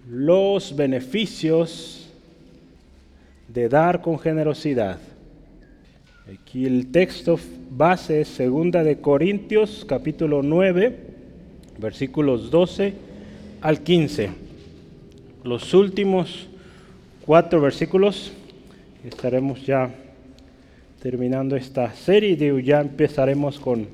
los beneficios de dar con generosidad. Aquí el texto base es 2 de Corintios, capítulo 9, versículos 12 al 15. Los últimos 4 versículos, estaremos ya terminando esta serie y ya empezaremos con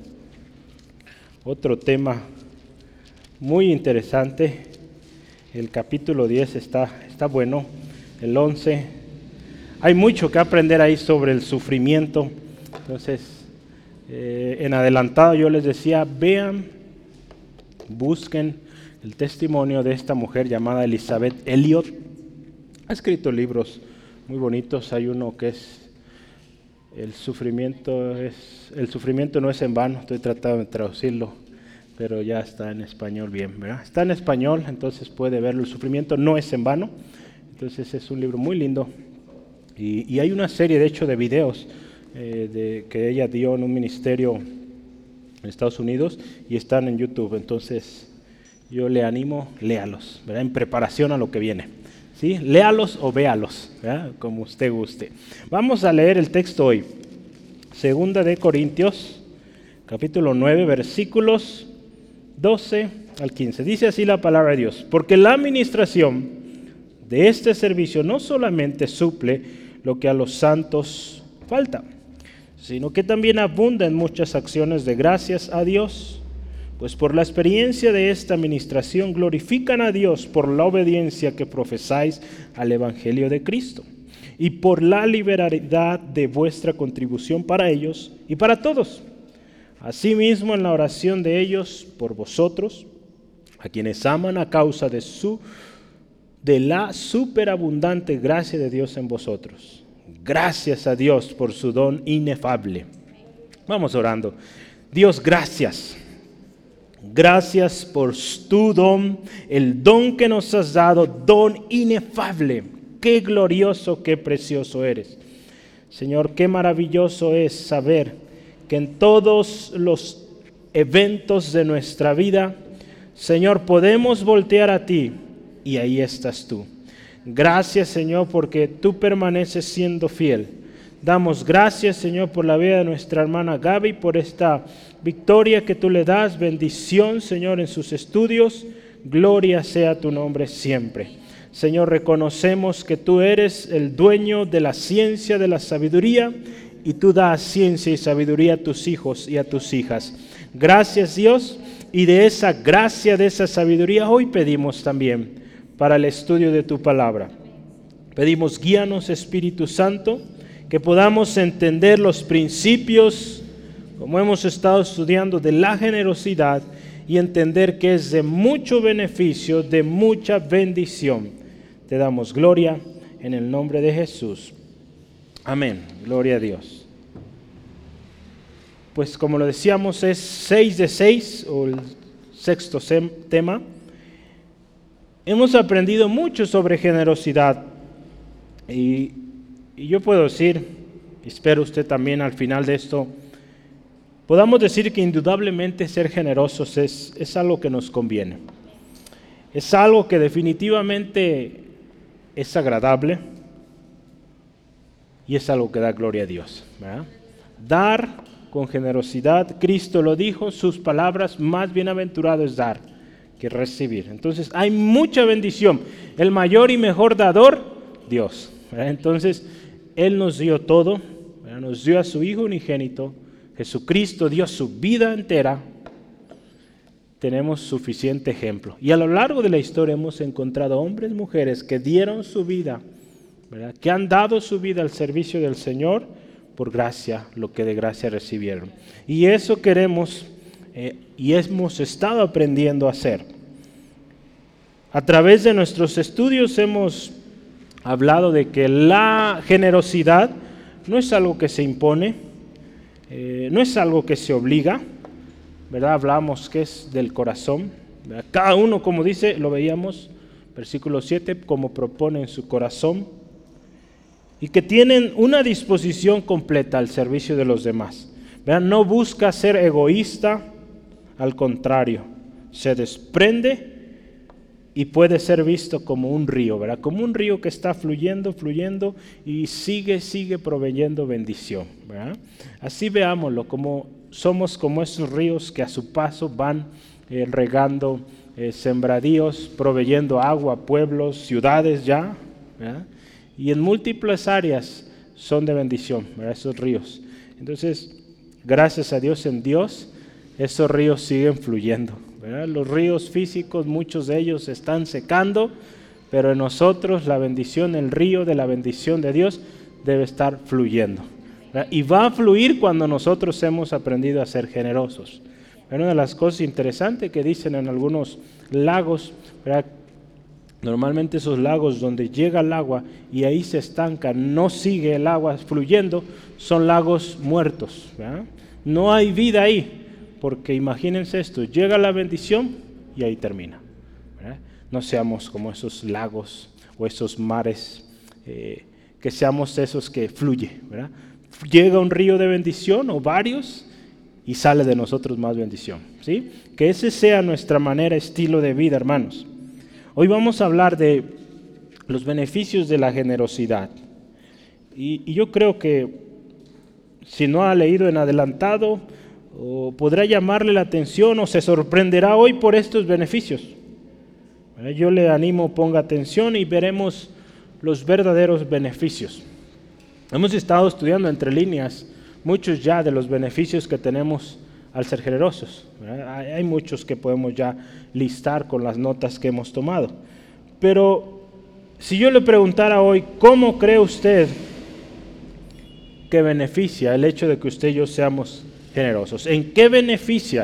otro tema muy interesante. El capítulo 10 está bueno, el 11. Hay mucho que aprender ahí sobre el sufrimiento. Entonces, en adelantado yo les decía, vean, busquen el testimonio de esta mujer llamada Elizabeth Elliot. Ha escrito libros muy bonitos. Hay uno que es El sufrimiento no es en vano. Estoy tratando de traducirlo, pero ya está en español bien, ¿verdad? Está en español, entonces puede verlo. El sufrimiento no es en vano. Entonces es un libro muy lindo. Y hay una serie, de hecho, de videos que ella dio en un ministerio en Estados Unidos y están en YouTube. Entonces yo le animo, léalos, ¿verdad? En preparación a lo que viene. ¿Sí? Léalos o véalos, ¿verdad? Como usted guste. Vamos a leer el texto hoy. 2 de Corintios, capítulo 9, versículos 12 al 15. Dice así la palabra de Dios: porque la administración de este servicio no solamente suple lo que a los santos falta, sino que también abunda en muchas acciones de gracias a Dios. Pues por la experiencia de esta administración glorifican a Dios por la obediencia que profesáis al Evangelio de Cristo y por la liberalidad de vuestra contribución para ellos y para todos. Asimismo, en la oración de ellos por vosotros, a quienes aman a causa de la superabundante gracia de Dios en vosotros. Gracias a Dios por su don inefable. Vamos orando. Dios, gracias. Gracias por tu don, el don que nos has dado, don inefable. Qué glorioso, qué precioso eres. Señor, qué maravilloso es saber que en todos los eventos de nuestra vida, Señor, podemos voltear a ti y ahí estás tú. Gracias, Señor, porque tú permaneces siendo fiel. Damos gracias, Señor, por la vida de nuestra hermana Gaby, por esta victoria que tú le das. Bendición, Señor, en sus estudios. Gloria sea tu nombre siempre. Señor, reconocemos que tú eres el dueño de la ciencia, de la sabiduría, y tú das ciencia y sabiduría a tus hijos y a tus hijas. Gracias, Dios, y de esa gracia, de esa sabiduría, hoy pedimos también para el estudio de tu palabra. Pedimos, guíanos, Espíritu Santo, que podamos entender los principios, como hemos estado estudiando, de la generosidad y entender que es de mucho beneficio, de mucha bendición. Te damos gloria en el nombre de Jesús. Amén. Gloria a Dios. Pues como lo decíamos, es 6 de 6, o el sexto tema. Hemos aprendido mucho sobre generosidad y yo puedo decir, espero usted también al final de esto, podamos decir que indudablemente ser generosos es algo que nos conviene. Es algo que definitivamente es agradable y es algo que da gloria a Dios, ¿verdad? Dar con generosidad, Cristo lo dijo, sus palabras, más bienaventurado es dar que recibir. Entonces hay mucha bendición. El mayor y mejor dador, Dios, ¿verdad? Entonces Él nos dio todo, ¿verdad? Nos dio a su Hijo unigénito, Jesucristo dio su vida entera. Tenemos suficiente ejemplo. Y a lo largo de la historia hemos encontrado hombres y mujeres que dieron su vida, ¿verdad? Que han dado su vida al servicio del Señor por gracia, lo que de gracia recibieron. Y eso queremos y hemos estado aprendiendo a hacer. A través de nuestros estudios hemos hablado de que la generosidad no es algo que se impone, no es algo que se obliga, ¿verdad? Hablamos que es del corazón, ¿verdad? Cada uno, como dice, lo veíamos, versículo 7, como propone en su corazón, y que tienen una disposición completa al servicio de los demás, ¿verdad? No busca ser egoísta, al contrario, se desprende y puede ser visto como un río, ¿verdad? Como un río que está fluyendo y sigue proveyendo bendición, ¿verdad? Así veámoslo, como somos como esos ríos que a su paso van regando sembradíos, proveyendo agua a pueblos, ciudades ya, ¿verdad? Y en múltiples áreas son de bendición, ¿verdad? Esos ríos. Entonces, gracias a Dios en Dios, esos ríos siguen fluyendo, ¿verdad? Los ríos físicos, muchos de ellos se están secando, pero en nosotros la bendición, el río de la bendición de Dios debe estar fluyendo, ¿verdad? Y va a fluir cuando nosotros hemos aprendido a ser generosos. Una de las cosas interesantes que dicen en algunos lagos, ¿verdad? Normalmente esos lagos donde llega el agua y ahí se estanca, no sigue el agua fluyendo, son lagos muertos, ¿verdad? No hay vida ahí, porque imagínense esto, llega la bendición y ahí termina, ¿verdad? No seamos como esos lagos o esos mares, que seamos esos que fluye, ¿verdad? Llega un río de bendición o varios y sale de nosotros más bendición, ¿sí? Que ese sea nuestra manera, estilo de vida, hermanos. Hoy vamos a hablar de los beneficios de la generosidad. Y yo creo que si no ha leído en adelantado, o podrá llamarle la atención o se sorprenderá hoy por estos beneficios. Yo le animo, ponga atención y veremos los verdaderos beneficios. Hemos estado estudiando entre líneas muchos ya de los beneficios que tenemos al ser generosos, ¿verdad? Hay muchos que podemos ya listar con las notas que hemos tomado. Pero si yo le preguntara hoy, ¿cómo cree usted que beneficia el hecho de que usted y yo seamos generosos? ¿En qué beneficia?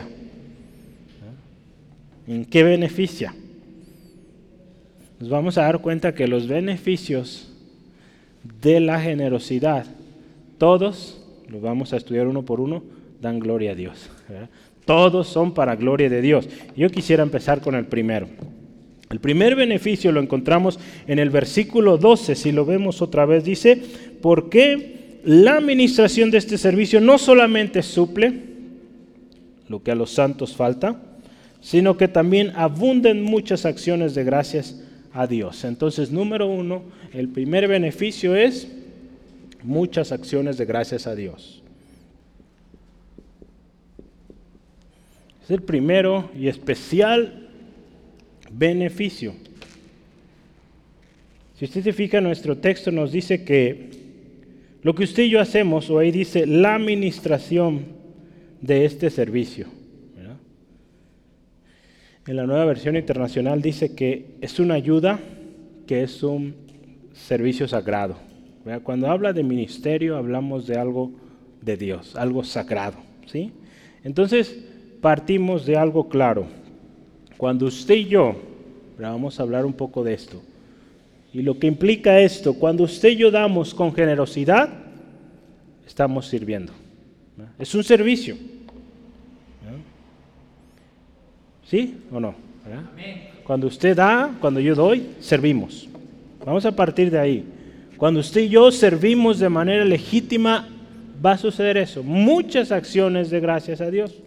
¿En qué beneficia? Nos vamos a dar cuenta que los beneficios de la generosidad, todos los vamos a estudiar uno por uno, dan gloria a Dios, ¿verdad? Todos son para gloria de Dios. Yo quisiera empezar con el primero. El primer beneficio lo encontramos en el versículo 12, si lo vemos otra vez, dice, porque la administración de este servicio no solamente suple lo que a los santos falta, sino que también abunden muchas acciones de gracias a Dios. Entonces, número uno, el primer beneficio es muchas acciones de gracias a Dios. Es el primero y especial beneficio. Si usted se fija, nuestro texto nos dice que lo que usted y yo hacemos, o ahí dice la administración de este servicio, ¿verdad? En la Nueva Versión Internacional dice que es una ayuda, que es un servicio sagrado, ¿verdad? Cuando habla de ministerio, hablamos de algo de Dios, algo sagrado, ¿sí? Entonces, partimos de algo claro. Cuando usted y yo, vamos a hablar un poco de esto, y lo que implica esto, cuando usted y yo damos con generosidad, estamos sirviendo, ¿verdad? Es un servicio, ¿verdad? ¿Sí o no? ¿Verdad? Cuando usted da, cuando yo doy, servimos. Vamos a partir de ahí. Cuando usted y yo servimos de manera legítima, va a suceder eso. Muchas acciones de gracias a Dios.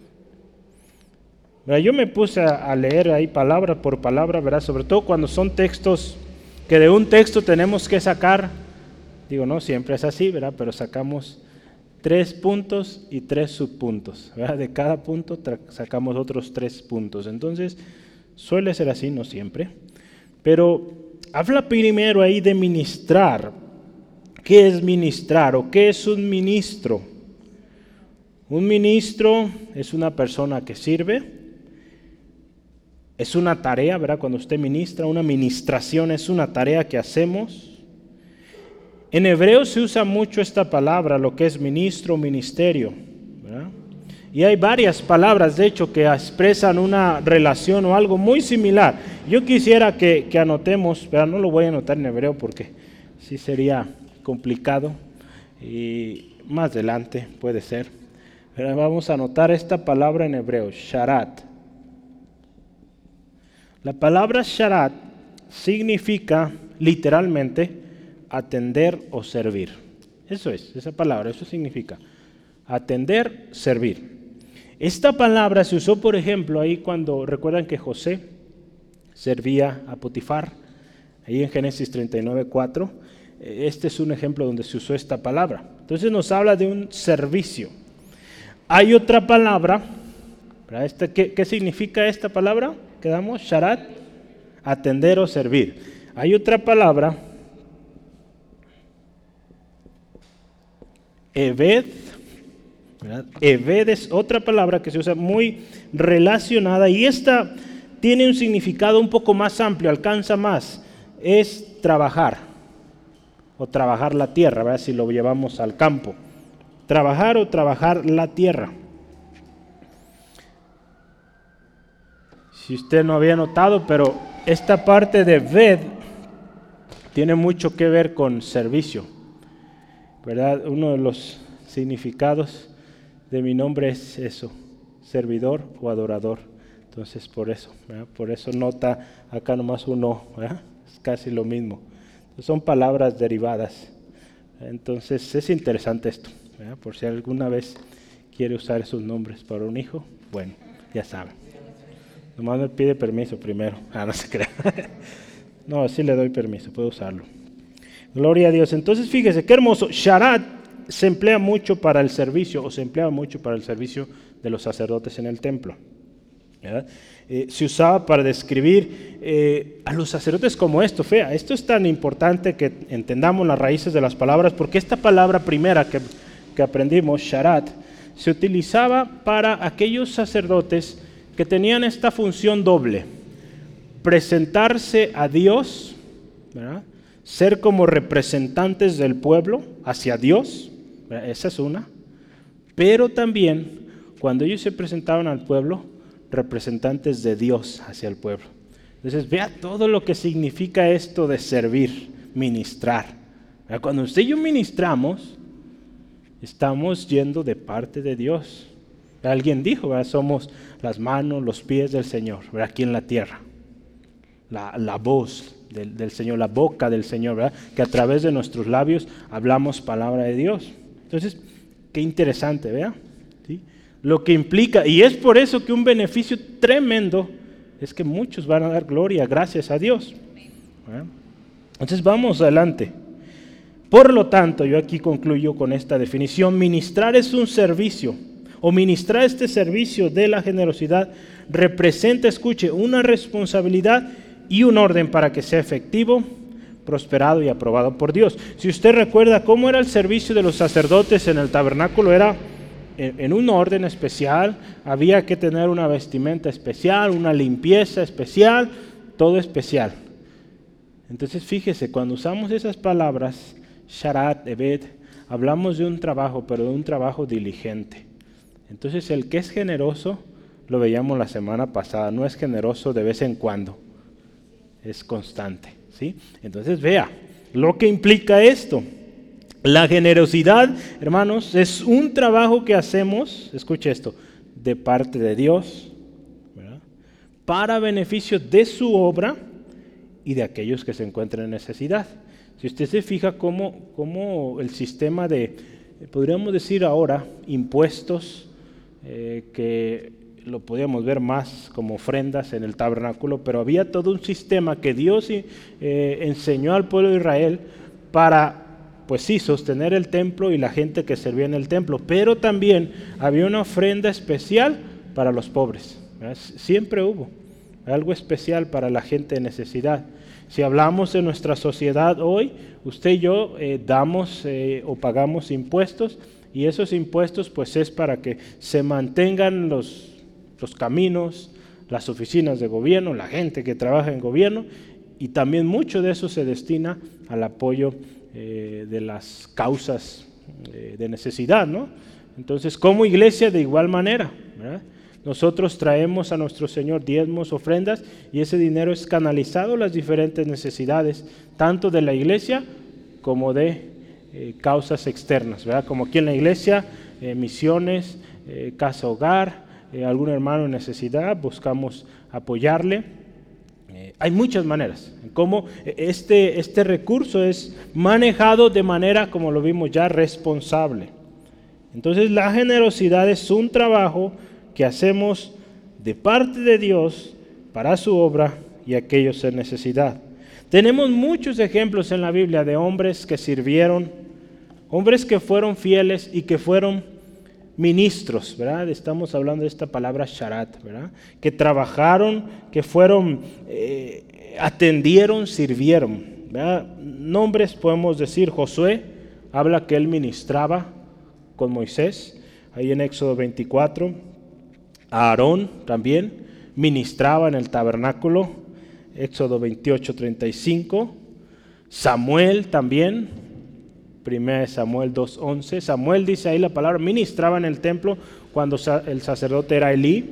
Yo me puse a leer ahí palabra por palabra, ¿verdad? Sobre todo cuando son textos que de un texto tenemos que sacar, digo, no siempre es así, ¿verdad? Pero sacamos 3 puntos y 3 subpuntos, ¿verdad? De cada punto sacamos otros 3 puntos. Entonces, suele ser así, no siempre. Pero habla primero ahí de ministrar. ¿Qué es ministrar o qué es un ministro? Un ministro es una persona que sirve. Es una tarea, ¿verdad? Cuando usted ministra, una ministración es una tarea que hacemos. En hebreo se usa mucho esta palabra, lo que es ministro, ministerio, ¿verdad? Y hay varias palabras, de hecho, que expresan una relación o algo muy similar. Yo quisiera que anotemos, pero no lo voy a anotar en hebreo porque sí sería complicado. Y más adelante puede ser. Pero vamos a anotar esta palabra en hebreo, sharat. La palabra sharat significa literalmente atender o servir. Eso es, esa palabra, eso significa atender, servir. Esta palabra se usó, por ejemplo, ahí cuando recuerdan que José servía a Potifar, ahí en Génesis 39:4. Este es un ejemplo donde se usó esta palabra. Entonces nos habla de un servicio. Hay otra palabra, ¿verdad? ¿Qué significa esta palabra? Quedamos, sharat, atender o servir. Hay otra palabra, eved, ¿verdad? Eved es otra palabra que se usa muy relacionada y esta tiene un significado un poco más amplio, alcanza más, es trabajar o trabajar la tierra, ¿verdad? Si lo llevamos al campo, trabajar o trabajar la tierra. Si usted no había notado, pero esta parte de ved tiene mucho que ver con servicio, ¿verdad? Uno de los significados de mi nombre es eso, servidor o adorador. Entonces por eso, ¿verdad? Por eso nota acá nomás uno, ¿verdad? Es casi lo mismo. Son palabras derivadas. Entonces es interesante esto, ¿verdad? Por si alguna vez quiere usar esos nombres para un hijo, bueno, ya saben. Nomás me pide permiso primero. No se crea. No, sí le doy permiso, puedo usarlo. Gloria a Dios. Entonces fíjese, qué hermoso. Sharat se emplea mucho para el servicio, o se empleaba mucho para el servicio de los sacerdotes en el templo, ¿verdad? Se usaba para describir a los sacerdotes como esto. Esto es tan importante que entendamos las raíces de las palabras, porque esta palabra primera que aprendimos, sharat, se utilizaba para aquellos sacerdotes que tenían esta función doble: presentarse a Dios, ¿verdad? Ser como representantes del pueblo hacia Dios, ¿verdad? Esa es una, pero también cuando ellos se presentaban al pueblo, representantes de Dios hacia el pueblo. Entonces vea todo lo que significa esto de servir, ministrar. Cuando usted y yo ministramos, estamos yendo de parte de Dios. Alguien dijo, ¿verdad? Somos las manos, los pies del Señor, ¿verdad? Aquí en la tierra. La voz del Señor, la boca del Señor, ¿verdad? Que a través de nuestros labios hablamos palabra de Dios. Entonces, qué interesante, ¿verdad? ¿Sí? Lo que implica, y es por eso que un beneficio tremendo es que muchos van a dar gloria, gracias a Dios, ¿verdad? Entonces vamos adelante. Por lo tanto, yo aquí concluyo con esta definición: ministrar es un servicio, o ministrar este servicio de la generosidad representa, escuche, una responsabilidad y un orden para que sea efectivo, prosperado y aprobado por Dios. Si usted recuerda cómo era el servicio de los sacerdotes en el tabernáculo, era en un orden especial, había que tener una vestimenta especial, una limpieza especial, todo especial. Entonces fíjese, cuando usamos esas palabras, sharat, eved, hablamos de un trabajo, pero de un trabajo diligente. Entonces el que es generoso, lo veíamos la semana pasada, no es generoso de vez en cuando, es constante, ¿sí? Entonces vea lo que implica esto. La generosidad, hermanos, es un trabajo que hacemos, escuche esto, de parte de Dios, ¿verdad? Para beneficio de su obra y de aquellos que se encuentran en necesidad. Si usted se fija cómo el sistema de, podríamos decir ahora, impuestos, que lo podíamos ver más como ofrendas en el tabernáculo, pero había todo un sistema que Dios enseñó al pueblo de Israel para, pues sí, sostener el templo y la gente que servía en el templo, pero también había una ofrenda especial para los pobres, ¿verdad? Siempre hubo algo especial para la gente en necesidad. Si hablamos de nuestra sociedad hoy, usted y yo damos o pagamos impuestos, y esos impuestos pues es para que se mantengan los caminos, las oficinas de gobierno, la gente que trabaja en gobierno, y también mucho de eso se destina al apoyo de las causas de necesidad, ¿no? Entonces, como iglesia de igual manera, ¿verdad? Nosotros traemos a nuestro Señor diezmos, ofrendas, y ese dinero es canalizado a las diferentes necesidades, tanto de la iglesia como de causas externas, ¿verdad? Como aquí en la iglesia, misiones, casa hogar, algún hermano en necesidad, buscamos apoyarle. Hay muchas maneras en cómo este recurso es manejado de manera, como lo vimos ya, responsable. Entonces la generosidad es un trabajo que hacemos de parte de Dios para su obra y aquellos en necesidad. Tenemos muchos ejemplos en la Biblia de hombres que sirvieron, hombres que fueron fieles y que fueron ministros, ¿verdad? Estamos hablando de esta palabra sharat, ¿verdad? Que trabajaron, que fueron, atendieron, sirvieron, ¿verdad? Nombres podemos decir: Josué, habla que él ministraba con Moisés, ahí en Éxodo 24. Aarón también ministraba en el tabernáculo, Éxodo 28:35. Samuel también, 1 Samuel 2:11. Samuel, dice ahí la palabra, ministraba en el templo cuando el sacerdote era Elí.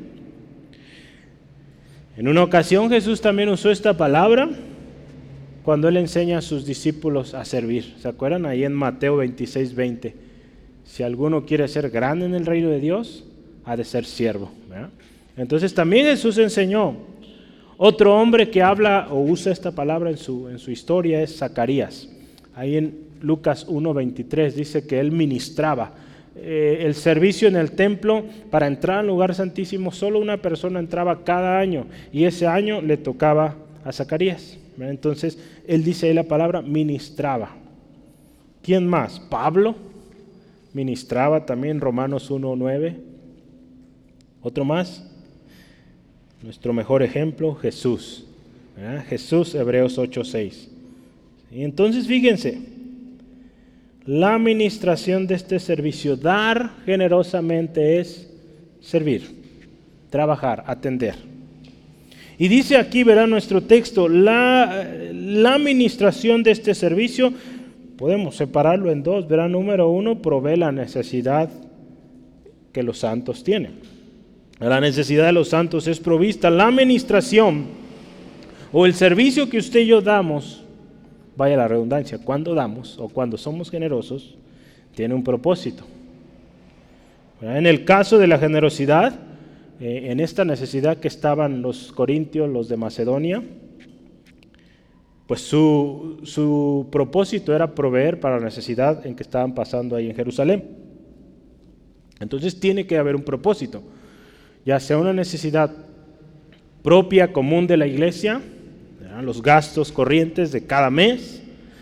En una ocasión Jesús también usó esta palabra cuando él enseña a sus discípulos a servir. ¿Se acuerdan? Ahí en Mateo 26:20. Si alguno quiere ser grande en el reino de Dios, ha de ser siervo, ¿verdad? Entonces también Jesús enseñó. Otro hombre que habla o usa esta palabra en su historia es Zacarías. Ahí en Lucas 1:23 dice que él ministraba. El servicio en el templo, para entrar al lugar santísimo, solo una persona entraba cada año, y ese año le tocaba a Zacarías, ¿verdad? Entonces él dice ahí la palabra ministraba. ¿Quién más? Pablo ministraba también, Romanos 1:9. Otro más, nuestro mejor ejemplo, Jesús, ¿verdad? Jesús, Hebreos 8:6. Y entonces fíjense, la administración de este servicio, dar generosamente, es servir, trabajar, atender. Y dice aquí, verá nuestro texto, la administración de este servicio, podemos separarlo en dos, verá. Número uno, provee la necesidad que los santos tienen. La necesidad de los santos es provista. La administración o el servicio que usted y yo damos, vaya la redundancia, cuando damos o cuando somos generosos, tiene un propósito. En el caso de la generosidad, en esta necesidad que estaban los corintios, los de Macedonia, pues su propósito era proveer para la necesidad en que estaban pasando ahí en Jerusalén. Entonces tiene que haber un propósito, ya sea una necesidad propia, común de la iglesia, los gastos corrientes de cada mes,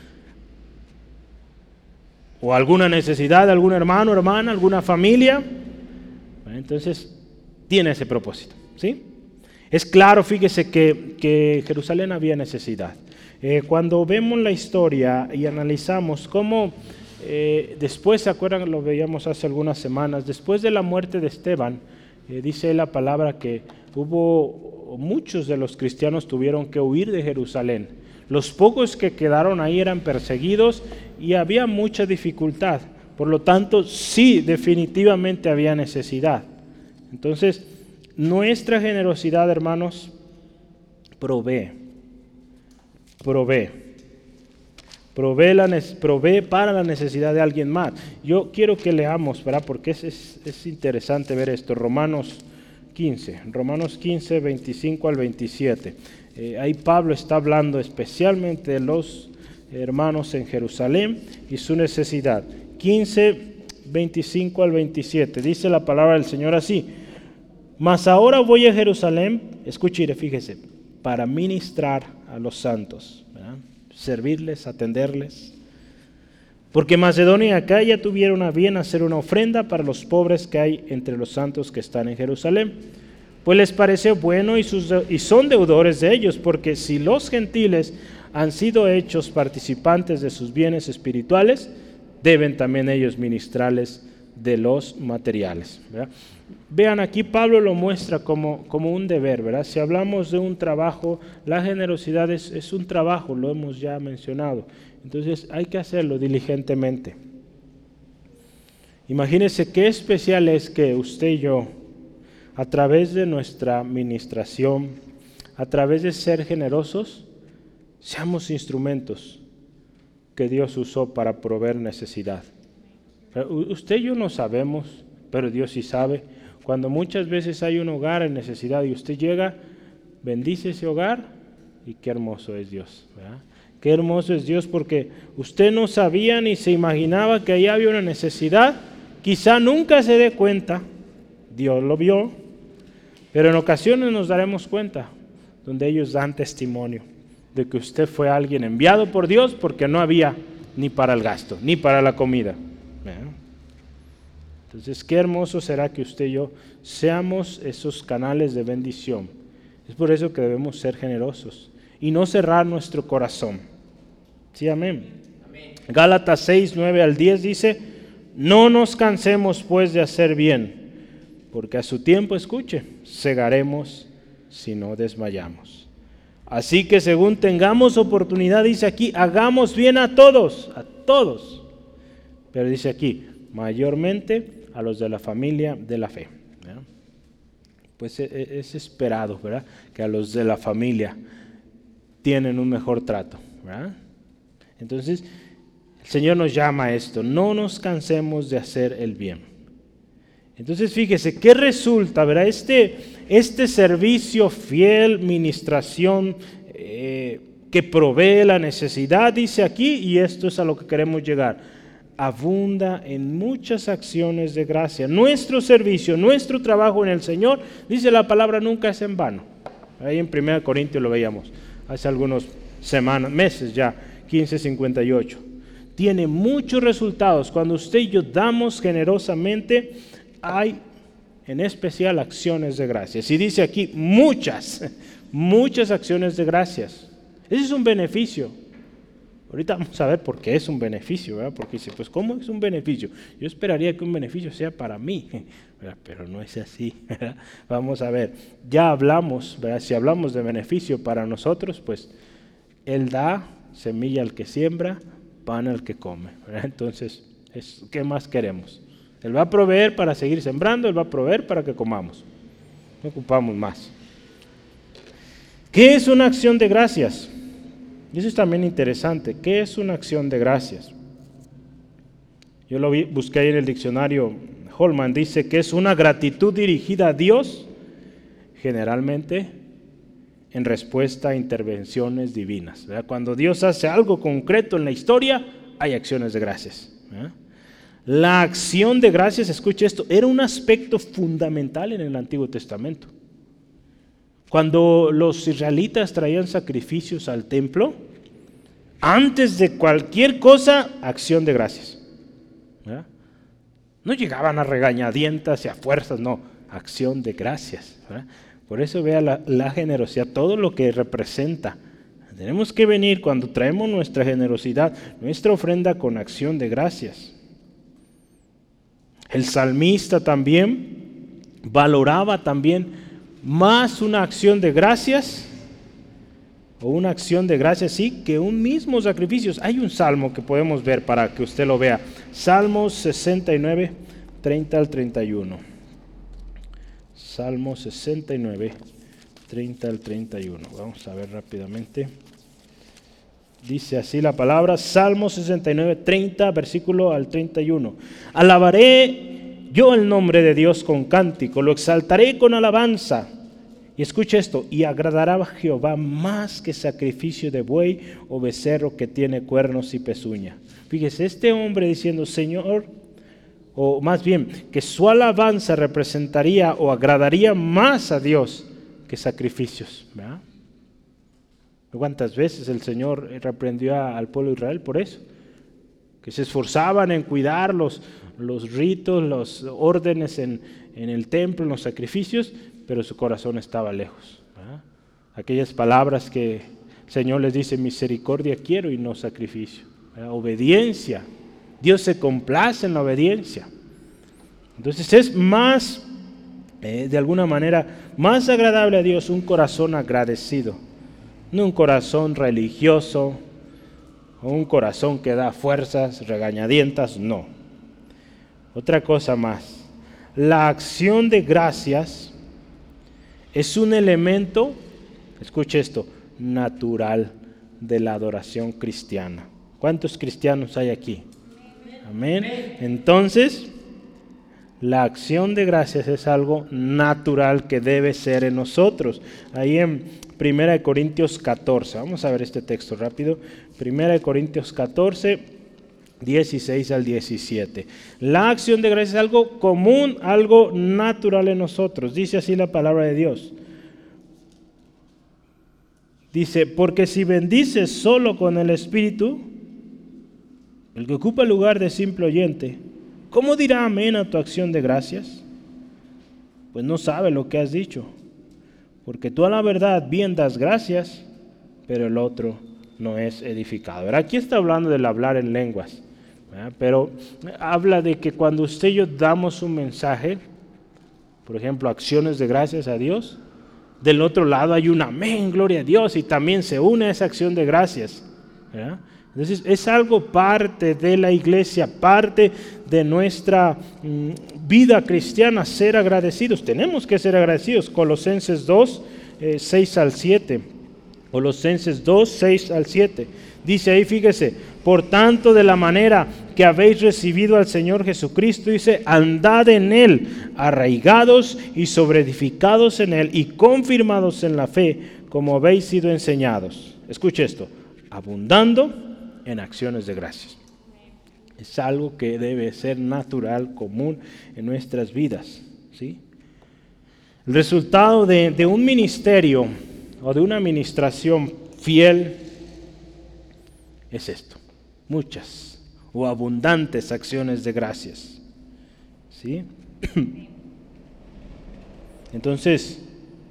o alguna necesidad de algún hermano, hermana, alguna familia. Entonces tiene ese propósito, ¿sí? Es claro, fíjese que Jerusalén había necesidad. Cuando vemos la historia y analizamos cómo después, ¿se acuerdan? Lo veíamos hace algunas semanas, después de la muerte de Esteban, dice la palabra que muchos de los cristianos tuvieron que huir de Jerusalén. Los pocos que quedaron ahí eran perseguidos y había mucha dificultad. Por lo tanto, sí, definitivamente había necesidad. Entonces, nuestra generosidad, hermanos, provee para la necesidad de alguien más. Yo quiero que leamos, ¿verdad? Porque es interesante ver esto. Romanos 15, 25 al 27. Ahí Pablo está hablando especialmente de los hermanos en Jerusalén y su necesidad. 15, 25 al 27. Dice la palabra del Señor así: mas ahora voy a Jerusalén, escuche, fíjese, para ministrar a los santos, ¿verdad? Servirles, atenderles. Porque Macedonia y Acaya tuvieron a bien hacer una ofrenda para los pobres que hay entre los santos que están en Jerusalén. Pues les pareció bueno y son deudores de ellos, porque si los gentiles han sido hechos participantes de sus bienes espirituales, deben también ellos ministrarles de los materiales, ¿verdad? Vean, aquí Pablo lo muestra como un deber, ¿verdad? Si hablamos de un trabajo, la generosidad es un trabajo, lo hemos ya mencionado. Entonces hay que hacerlo diligentemente. Imagínense qué especial es que usted y yo, a través de nuestra administración, a través de ser generosos, seamos instrumentos que Dios usó para proveer necesidad. Usted y yo no sabemos, pero Dios sí sabe. Cuando muchas veces hay un hogar en necesidad y usted llega, bendice ese hogar, y qué hermoso es Dios, ¿verdad? Qué hermoso es Dios, porque usted no sabía ni se imaginaba que ahí había una necesidad. Quizá nunca se dé cuenta, Dios lo vio, pero en ocasiones nos daremos cuenta. donde ellos dan testimonio de que usted fue alguien enviado por Dios porque no había ni para el gasto, ni para la comida. Entonces, qué hermoso será que usted y yo seamos esos canales de bendición. Es por eso que debemos ser generosos y no cerrar nuestro corazón. Sí, amén. Amén. Gálatas 6, 9 al 10 dice: no nos cansemos pues de hacer bien, porque a su tiempo, escuche, segaremos si no desmayamos. Así que según tengamos oportunidad, dice aquí, hagamos bien a todos. Pero dice aquí, mayormente a los de la familia de la fe. ¿Verdad? Pues es esperado, ¿verdad?, que a los de la familia tienen un mejor trato, ¿verdad? Entonces, el Señor nos llama a esto, no nos cansemos de hacer el bien. Entonces, fíjese, ¿qué resulta, verdad? Este servicio fiel, ministración, que provee la necesidad, dice aquí, y esto es a lo que queremos llegar, abunda en muchas acciones de gracia. Nuestro servicio, nuestro trabajo en el Señor, dice la palabra, nunca es en vano. Ahí en 1 Corintios lo veíamos, hace algunos meses ya, 15:58. Tiene muchos resultados. Cuando usted y yo damos generosamente, hay en especial acciones de gracias. Y dice aquí muchas acciones de gracias. Ese es un beneficio. Ahorita vamos a ver por qué es un beneficio, ¿verdad? Porque dice, pues ¿cómo es un beneficio? Yo esperaría que un beneficio sea para mí, ¿verdad? Pero no es así, ¿verdad? Vamos a ver, ya hablamos, ¿verdad? Si hablamos de beneficio para nosotros, pues Él da semilla al que siembra, pan al que come, ¿verdad? Entonces, ¿qué más queremos? Él va a proveer para seguir sembrando, Él va a proveer para que comamos. No ocupamos más. ¿Qué es una acción de gracias? Y eso es también interesante. ¿Qué es una acción de gracias? Yo lo busqué ahí en el diccionario Holman. Dice que es una gratitud dirigida a Dios, generalmente en respuesta a intervenciones divinas, ¿verdad? Cuando Dios hace algo concreto en la historia, hay acciones de gracias, ¿verdad? La acción de gracias, escuche esto, era un aspecto fundamental en el Antiguo Testamento. Cuando los israelitas traían sacrificios al templo, antes de cualquier cosa, acción de gracias, ¿verdad? No llegaban a regañadientas y a fuerzas, no, acción de gracias, ¿verdad? Por eso vea la generosidad, todo lo que representa. Tenemos que venir cuando traemos nuestra generosidad, nuestra ofrenda con acción de gracias. El salmista también valoraba también más una acción de gracias, o una acción de gracias, sí, que un mismo sacrificio. Hay un salmo que podemos ver para que usted lo vea. Salmos 69, 30 al 31. Salmo 69, 30 al 31. Vamos a ver rápidamente. Dice así la palabra, Salmo 69, 30, versículo al 31. Alabaré yo el nombre de Dios con cántico, lo exaltaré con alabanza. Y escucha esto, y agradará a Jehová más que sacrificio de buey o becerro que tiene cuernos y pezuña. Fíjese, este hombre diciendo, Señor, o más bien, que su alabanza representaría o agradaría más a Dios que sacrificios, ¿verdad? ¿Cuántas veces el Señor reprendió al pueblo de Israel por eso? Que se esforzaban en cuidar los ritos, los órdenes en el templo, en los sacrificios, pero su corazón estaba lejos, ¿verdad? Aquellas palabras que el Señor les dice, misericordia quiero y no sacrificio, ¿verdad? Obediencia. Dios se complace en la obediencia. Entonces es más, de alguna manera, más agradable a Dios un corazón agradecido, no un corazón religioso, o un corazón que da fuerzas, regañadientas, no. Otra cosa más, la acción de gracias es un elemento, escuche esto, natural de la adoración cristiana. ¿Cuántos cristianos hay aquí? Amén. Entonces, la acción de gracias es algo natural que debe ser en nosotros. Ahí en 1 Corintios 14, vamos a ver este texto rápido. 1 Corintios 14, 16 al 17. La acción de gracias es algo común, algo natural en nosotros. Dice así la palabra de Dios. Dice, porque si bendices solo con el Espíritu, el que ocupa el lugar de simple oyente, ¿cómo dirá amén a tu acción de gracias? Pues no sabe lo que has dicho, porque tú a la verdad bien das gracias, pero el otro no es edificado. Ahora, aquí está hablando del hablar en lenguas, ¿verdad? Pero habla de que cuando usted y yo damos un mensaje, por ejemplo, acciones de gracias a Dios, del otro lado hay un amén, gloria a Dios, y también se une a esa acción de gracias, ¿verdad? Entonces es algo parte de la iglesia, parte de nuestra vida cristiana, ser agradecidos. Tenemos que ser agradecidos. Colosenses 2, 6 al 7. Colosenses 2, 6 al 7. Dice ahí, fíjese, por tanto de la manera que habéis recibido al Señor Jesucristo, dice, andad en Él, arraigados y sobreedificados en Él y confirmados en la fe, como habéis sido enseñados. Escuche esto, abundando en acciones de gracias. Es algo que debe ser natural, común en nuestras vidas, ¿sí? El resultado de un ministerio o de una administración fiel es esto, muchas o abundantes acciones de gracias, ¿sí? Entonces,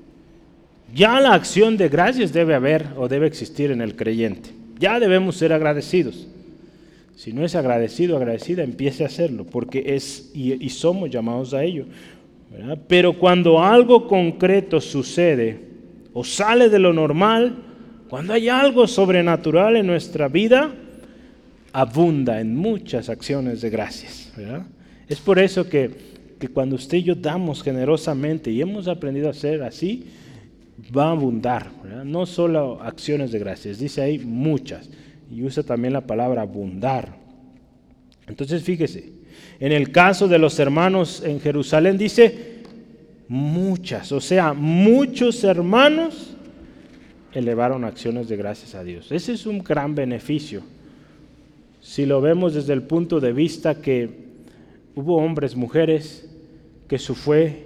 ya la acción de gracias debe haber o debe existir en el creyente. Ya debemos ser agradecidos. Si no es agradecido, agradecida, empiece a hacerlo, porque es y somos llamados a ello, ¿verdad? Pero cuando algo concreto sucede o sale de lo normal, cuando hay algo sobrenatural en nuestra vida, abunda en muchas acciones de gracias, ¿verdad? Es por eso que cuando usted y yo damos generosamente y hemos aprendido a hacer así, va a abundar, ¿verdad? No solo acciones de gracias, dice ahí muchas, y usa también la palabra abundar. Entonces fíjese, en el caso de los hermanos en Jerusalén dice muchas, o sea, muchos hermanos elevaron acciones de gracias a Dios. Ese es un gran beneficio. Si lo vemos desde el punto de vista que hubo hombres, mujeres, que su fe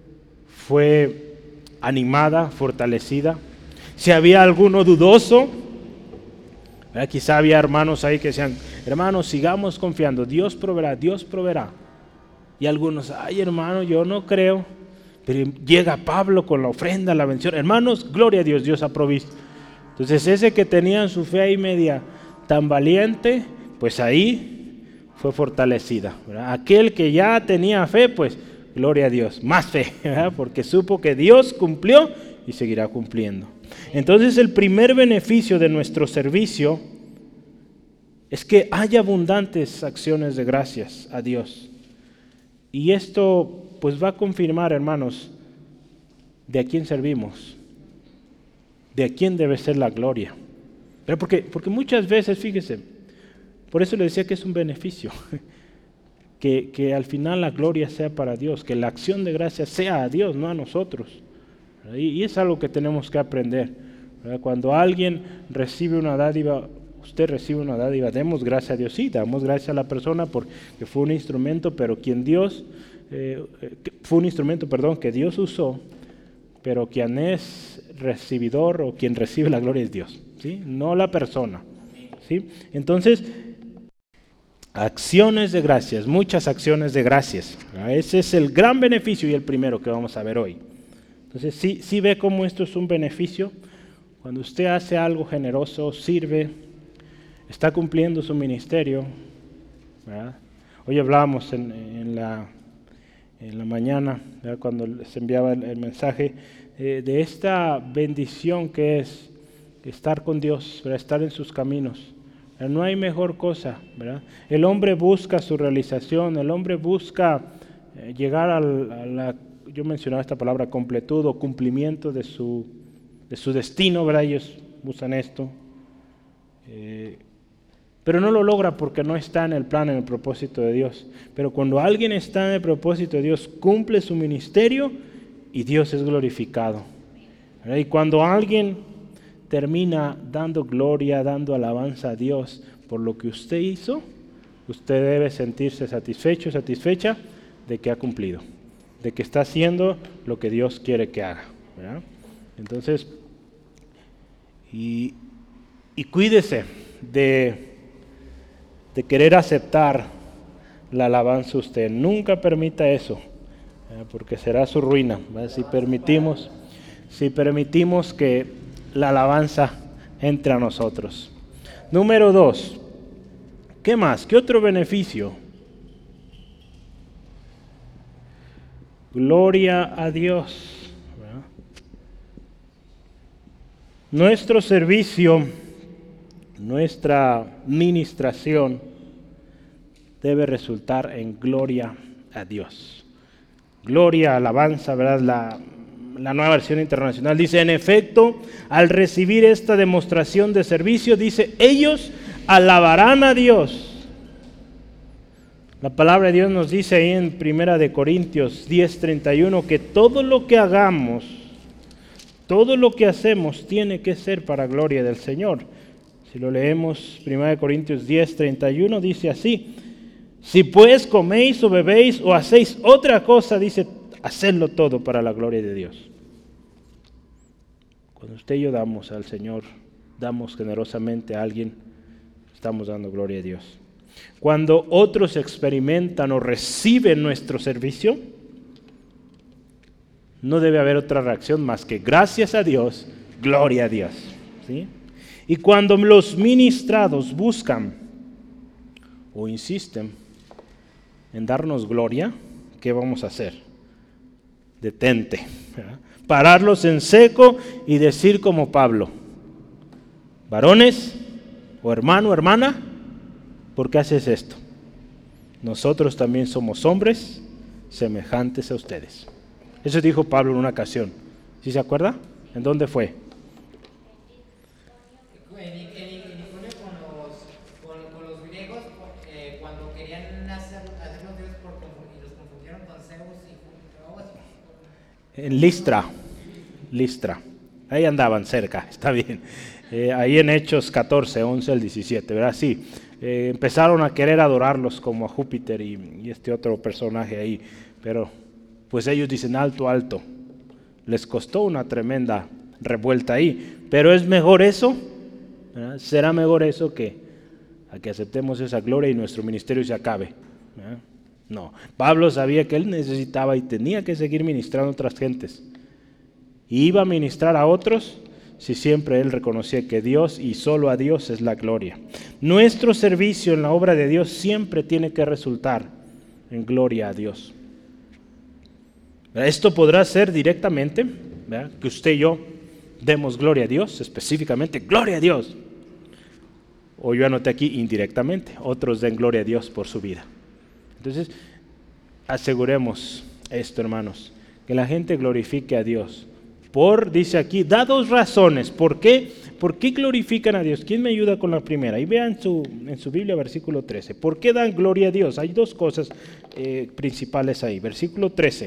fue animada, fortalecida. Si había alguno dudoso, ¿verdad? Quizá había hermanos ahí que decían, hermanos, sigamos confiando, Dios proveerá, Dios proveerá. Y algunos, ay hermano, yo no creo. Pero llega Pablo con la ofrenda, la bendición. Hermanos, gloria a Dios, Dios ha provisto. Entonces ese que tenía su fe ahí media tan valiente, pues ahí fue fortalecida, ¿verdad? Aquel que ya tenía fe, pues gloria a Dios, más fe, ¿verdad? Porque supo que Dios cumplió y seguirá cumpliendo. Entonces el primer beneficio de nuestro servicio es que haya abundantes acciones de gracias a Dios. Y esto pues va a confirmar, hermanos, de a quién servimos, de a quién debe ser la gloria. Pero porque muchas veces, fíjese, por eso le decía que es un beneficio, que al final la gloria sea para Dios, que la acción de gracias sea a Dios, no a nosotros. Y es algo que tenemos que aprender, ¿verdad? Cuando alguien recibe una dádiva, usted recibe una dádiva, demos gracias a Dios, sí, damos gracias a la persona porque fue un instrumento, pero fue un instrumento, que Dios usó, pero quien es recibidor o quien recibe la gloria es Dios, ¿sí? No la persona, ¿sí? Entonces, acciones de gracias, muchas acciones de gracias, ¿verdad? Ese es el gran beneficio y el primero que vamos a ver hoy. Entonces, sí ve cómo esto es un beneficio. Cuando usted hace algo generoso, sirve, está cumpliendo su ministerio, ¿verdad? Hoy hablábamos en la mañana, ¿verdad? Cuando les enviaba el mensaje, de esta bendición que es estar con Dios, ¿verdad? Estar en sus caminos. No hay mejor cosa, ¿verdad? El hombre busca su realización, el hombre busca llegar a la, yo mencionaba esta palabra, completud o cumplimiento de su destino, ¿verdad? Ellos usan esto. Pero no lo logra porque no está en el plan, en el propósito de Dios. Pero cuando alguien está en el propósito de Dios, cumple su ministerio y Dios es glorificado, ¿verdad? Y cuando alguien termina dando gloria, dando alabanza a Dios por lo que usted hizo, usted debe sentirse satisfecho, satisfecha de que ha cumplido, de que está haciendo lo que Dios quiere que haga, ¿verdad? Entonces, Y cuídese de querer aceptar la alabanza usted. Nunca permita eso, porque será su ruina, ¿verdad? Si permitimos que la alabanza entre a nosotros. Número 2. ¿Qué más? ¿Qué otro beneficio? Gloria a Dios, ¿verdad? Nuestro servicio, nuestra ministración debe resultar en gloria a Dios. Gloria, alabanza, ¿verdad? La Nueva Versión Internacional dice, en efecto, al recibir esta demostración de servicio, dice, ellos alabarán a Dios. La palabra de Dios nos dice ahí en 1 Corintios 10:31 que todo lo que hagamos, todo lo que hacemos tiene que ser para gloria del Señor. Si lo leemos, 1 Corintios 10:31 dice así, si pues coméis o bebéis o hacéis otra cosa, dice, hacedlo todo para la gloria de Dios. Cuando usted y yo damos al Señor, damos generosamente a alguien, estamos dando gloria a Dios. Cuando otros experimentan o reciben nuestro servicio, no debe haber otra reacción más que gracias a Dios, gloria a Dios, ¿sí? Y cuando los ministrados buscan o insisten en darnos gloria, ¿qué vamos a hacer? Detente, ¿verdad? Pararlos en seco y decir como Pablo, varones o hermano, hermana, ¿por qué haces esto? Nosotros también somos hombres semejantes a ustedes. Eso dijo Pablo en una ocasión. ¿Sí se acuerda? ¿En dónde fue? En Iconio con los griegos, cuando querían hacer los dioses y los confundieron con Zeus y En Listra. Ahí andaban cerca, está bien. Ahí en Hechos 14, 11 al 17, ¿verdad? Sí, empezaron a querer adorarlos como a Júpiter y este otro personaje ahí, pero pues ellos dicen alto, alto. Les costó una tremenda revuelta ahí, pero es mejor eso, ¿verdad? Será mejor eso que a que aceptemos esa gloria y nuestro ministerio se acabe, ¿verdad? No, Pablo sabía que él necesitaba y tenía que seguir ministrando a otras gentes. Y iba a ministrar a otros si siempre él reconocía que Dios y solo a Dios es la gloria. Nuestro servicio en la obra de Dios siempre tiene que resultar en gloria a Dios. Esto podrá ser directamente, ¿verdad? Que usted y yo demos gloria a Dios, específicamente gloria a Dios. O yo anoté aquí indirectamente, otros den gloria a Dios por su vida. Entonces, aseguremos esto, hermanos, que la gente glorifique a Dios. Dice aquí, da dos razones. ¿Por qué? ¿Por qué glorifican a Dios? ¿Quién me ayuda con la primera? Ahí vean en su Biblia, versículo 13. ¿Por qué dan gloria a Dios? Hay dos cosas principales ahí. Versículo 13.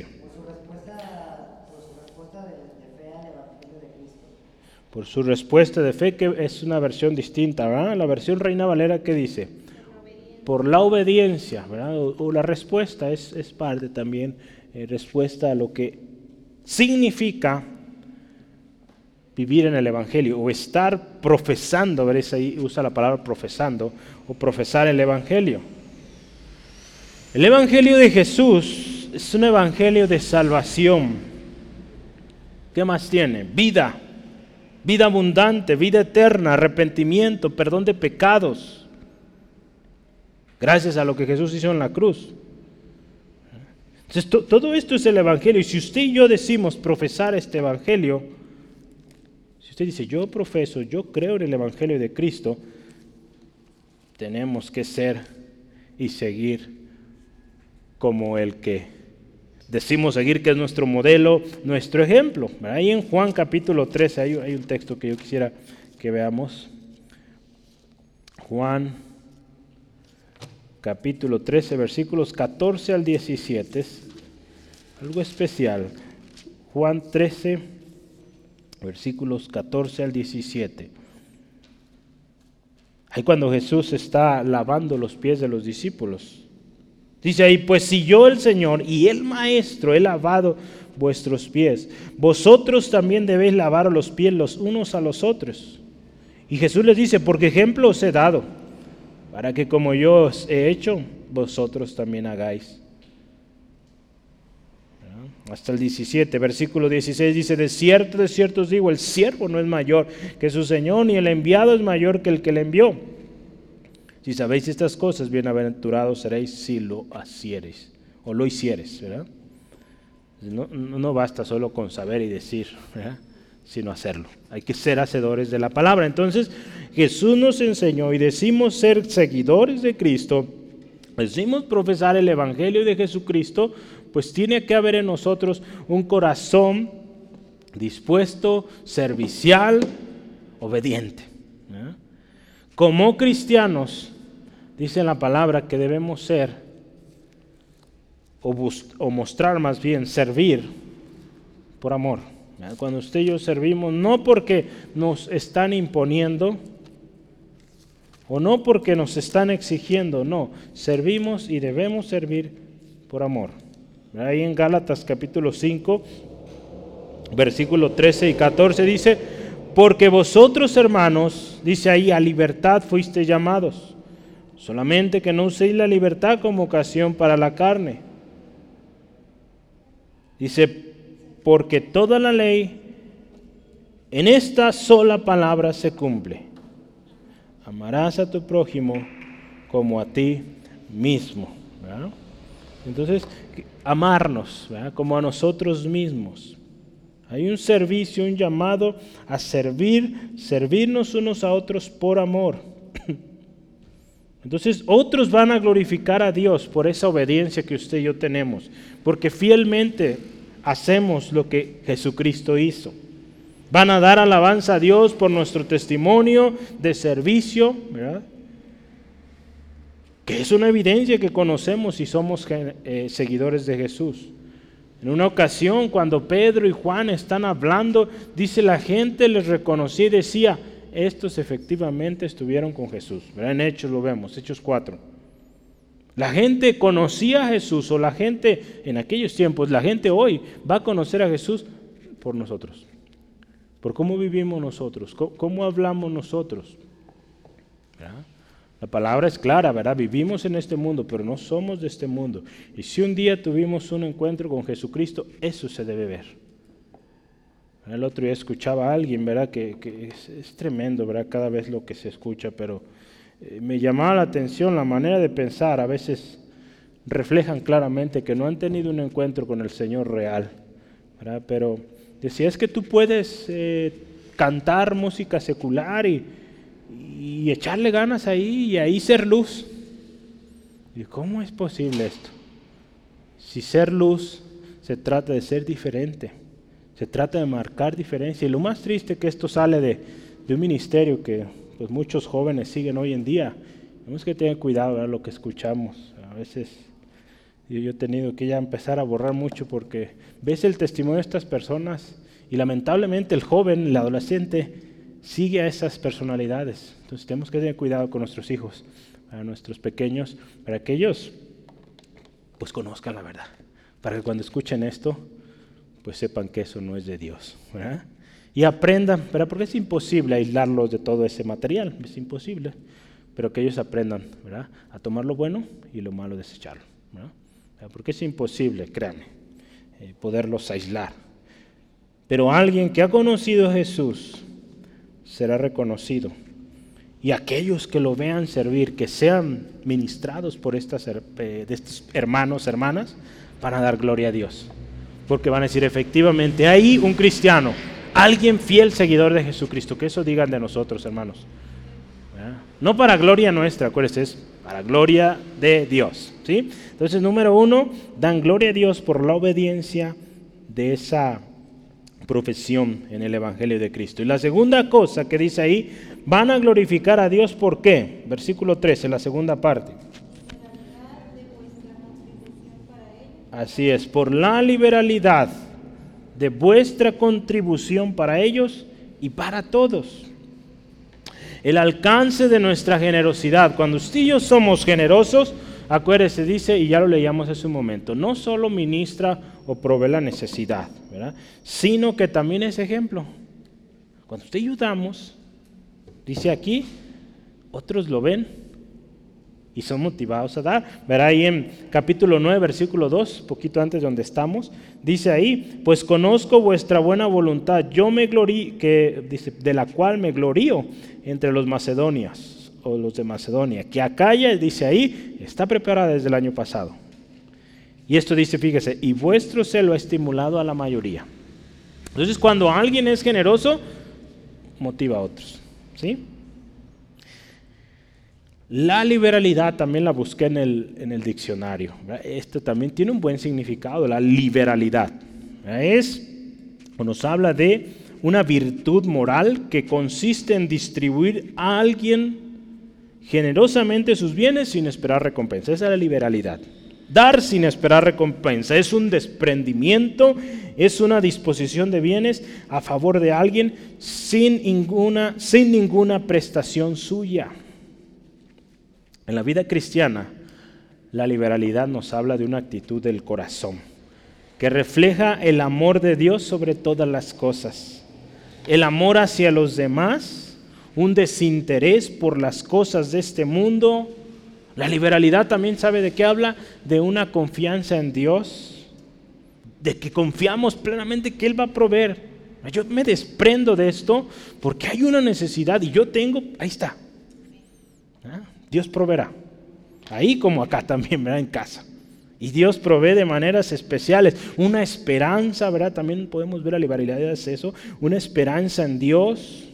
Por su respuesta de fe, que es una versión distinta, ¿verdad? La versión Reina Valera, ¿qué dice? Por la obediencia, ¿verdad? O la respuesta es parte también, respuesta a lo que significa vivir en el Evangelio o estar profesando, ¿verdad? Ahí usa la palabra profesando o profesar el Evangelio. El Evangelio de Jesús es un Evangelio de salvación. ¿Qué más tiene? Vida abundante, vida eterna, arrepentimiento, perdón de pecados, gracias a lo que Jesús hizo en la cruz. Entonces, todo esto es el Evangelio, y si usted y yo decimos profesar este Evangelio, si usted dice yo profeso, yo creo en el Evangelio de Cristo, tenemos que ser y seguir como el que decimos seguir, que es nuestro modelo, nuestro ejemplo. Ahí en Juan capítulo 13 hay un texto que yo quisiera que veamos. Juan capítulo 13, versículos 14 al 17. Es algo especial. Juan 13, versículos 14 al 17. Ahí cuando Jesús está lavando los pies de los discípulos. Dice ahí, pues si yo el Señor y el Maestro he lavado vuestros pies, vosotros también debéis lavar los pies los unos a los otros. Y Jesús les dice, porque ejemplo os he dado, para que como yo os he hecho, vosotros también hagáis. Hasta el 17, versículo 16 dice, de cierto os digo, el siervo no es mayor que su Señor, ni el enviado es mayor que el que le envió. Si sabéis estas cosas, bienaventurados seréis si lo hiciereis, o lo hicieres, ¿verdad? No basta solo con saber y decir, ¿verdad?, sino hacerlo. Hay que ser hacedores de la palabra. Entonces, Jesús nos enseñó y decimos ser seguidores de Cristo, decimos profesar el Evangelio de Jesucristo, pues tiene que haber en nosotros un corazón dispuesto, servicial, obediente. Como cristianos, dice la palabra que debemos ser, o mostrar más bien, servir por amor. Cuando usted y yo servimos, no porque nos están imponiendo, o no porque nos están exigiendo, no, servimos y debemos servir por amor. Ahí en Gálatas capítulo 5, versículo 13 y 14 dice, porque vosotros hermanos, dice ahí, a libertad fuisteis llamados, solamente que no uséis la libertad como ocasión para la carne. Dice, porque toda la ley en esta sola palabra se cumple. Amarás a tu prójimo como a ti mismo, ¿verdad? Entonces, amarnos, ¿verdad?, como a nosotros mismos. Hay un servicio, un llamado a servirnos unos a otros por amor. Entonces, otros van a glorificar a Dios por esa obediencia que usted y yo tenemos, porque fielmente hacemos lo que Jesucristo hizo. Van a dar alabanza a Dios por nuestro testimonio de servicio, ¿verdad?, que es una evidencia que conocemos y somos seguidores de Jesús. En una ocasión, cuando Pedro y Juan están hablando, dice la gente les reconocía y decía, estos efectivamente estuvieron con Jesús. ¿Verdad? En Hechos lo vemos, Hechos 4. La gente conocía a Jesús, o la gente en aquellos tiempos, la gente hoy va a conocer a Jesús por nosotros, por cómo vivimos nosotros, cómo hablamos nosotros. ¿Verdad? La palabra es clara, ¿verdad? Vivimos en este mundo, pero no somos de este mundo. Y si un día tuvimos un encuentro con Jesucristo, eso se debe ver. El otro día escuchaba a alguien, ¿verdad?, que es tremendo, ¿verdad?, cada vez lo que se escucha, pero me llamaba la atención la manera de pensar. A veces reflejan claramente que no han tenido un encuentro con el Señor real, ¿verdad? Pero decía, es que tú puedes cantar música secular y echarle ganas ahí y ahí ser luz. ¿Y cómo es posible esto? Si ser luz se trata de ser diferente, se trata de marcar diferencia. Y lo más triste que esto sale de un ministerio que pues muchos jóvenes siguen hoy en día. Tenemos que tener cuidado, ¿verdad?, lo que escuchamos. A veces yo he tenido que ya empezar a borrar mucho porque ves el testimonio de estas personas y lamentablemente el joven, el adolescente, sigue a esas personalidades. Entonces tenemos que tener cuidado con nuestros hijos, a nuestros pequeños, para que ellos pues conozcan la verdad, para que cuando escuchen esto pues sepan que eso no es de Dios, ¿verdad? Y aprendan, ¿verdad?, porque es imposible aislarlos de todo ese material, es imposible, pero que ellos aprendan, ¿verdad?, a tomar lo bueno y lo malo desecharlo, ¿verdad? Porque es imposible, créanme, poderlos aislar. Pero alguien que ha conocido a Jesús será reconocido. Y aquellos que lo vean servir, que sean ministrados por de estos hermanos, hermanas, van a dar gloria a Dios. Porque van a decir, efectivamente, hay un cristiano, alguien fiel seguidor de Jesucristo. Que eso digan de nosotros, hermanos. ¿Verdad? No para gloria nuestra, acuérdense, es para gloria de Dios, ¿sí? Entonces, número 1, dan gloria a Dios por la obediencia de esa profesión en el Evangelio de Cristo. Y la segunda cosa que dice ahí, van a glorificar a Dios, ¿por qué? Versículo 13, la segunda parte. Así es, por la liberalidad de vuestra contribución para ellos y para todos. El alcance de nuestra generosidad. Cuando usted y yo somos generosos, acuérdese, dice, y ya lo leíamos hace un momento, no solo ministra o provee la necesidad, ¿verdad?, sino que también es ejemplo. Cuando usted y yo damos, Dice aquí, otros lo ven y son motivados a dar. Verá ahí en capítulo 9, versículo 2, poquito antes de donde estamos, dice ahí, pues conozco vuestra buena voluntad, yo me glorío, dice, de la cual me glorío entre los macedonios, o los de Macedonia, que Acaya, dice ahí, está preparada desde el año pasado. Y esto dice, fíjese, y vuestro celo ha estimulado a la mayoría. Entonces, cuando alguien es generoso, motiva a otros, ¿sí? La liberalidad también la busqué en el diccionario, ¿verdad? Esto también tiene un buen significado, la liberalidad. Nos habla de una virtud moral que consiste en distribuir a alguien generosamente sus bienes sin esperar recompensa. Esa es la liberalidad. Dar sin esperar recompensa. Es un desprendimiento, es una disposición de bienes a favor de alguien sin ninguna prestación suya. En la vida cristiana, la liberalidad nos habla de una actitud del corazón que refleja el amor de Dios sobre todas las cosas, el amor hacia los demás, un desinterés por las cosas de este mundo. La liberalidad también, ¿sabe de qué habla? De una confianza en Dios, de que confiamos plenamente que Él va a proveer. Yo me desprendo de esto porque hay una necesidad y yo tengo, ahí está. Dios proveerá, ahí como acá también, ¿verdad? En casa. Y Dios provee de maneras especiales, una esperanza, ¿verdad? También podemos ver la liberalidad de eso, una esperanza en Dios,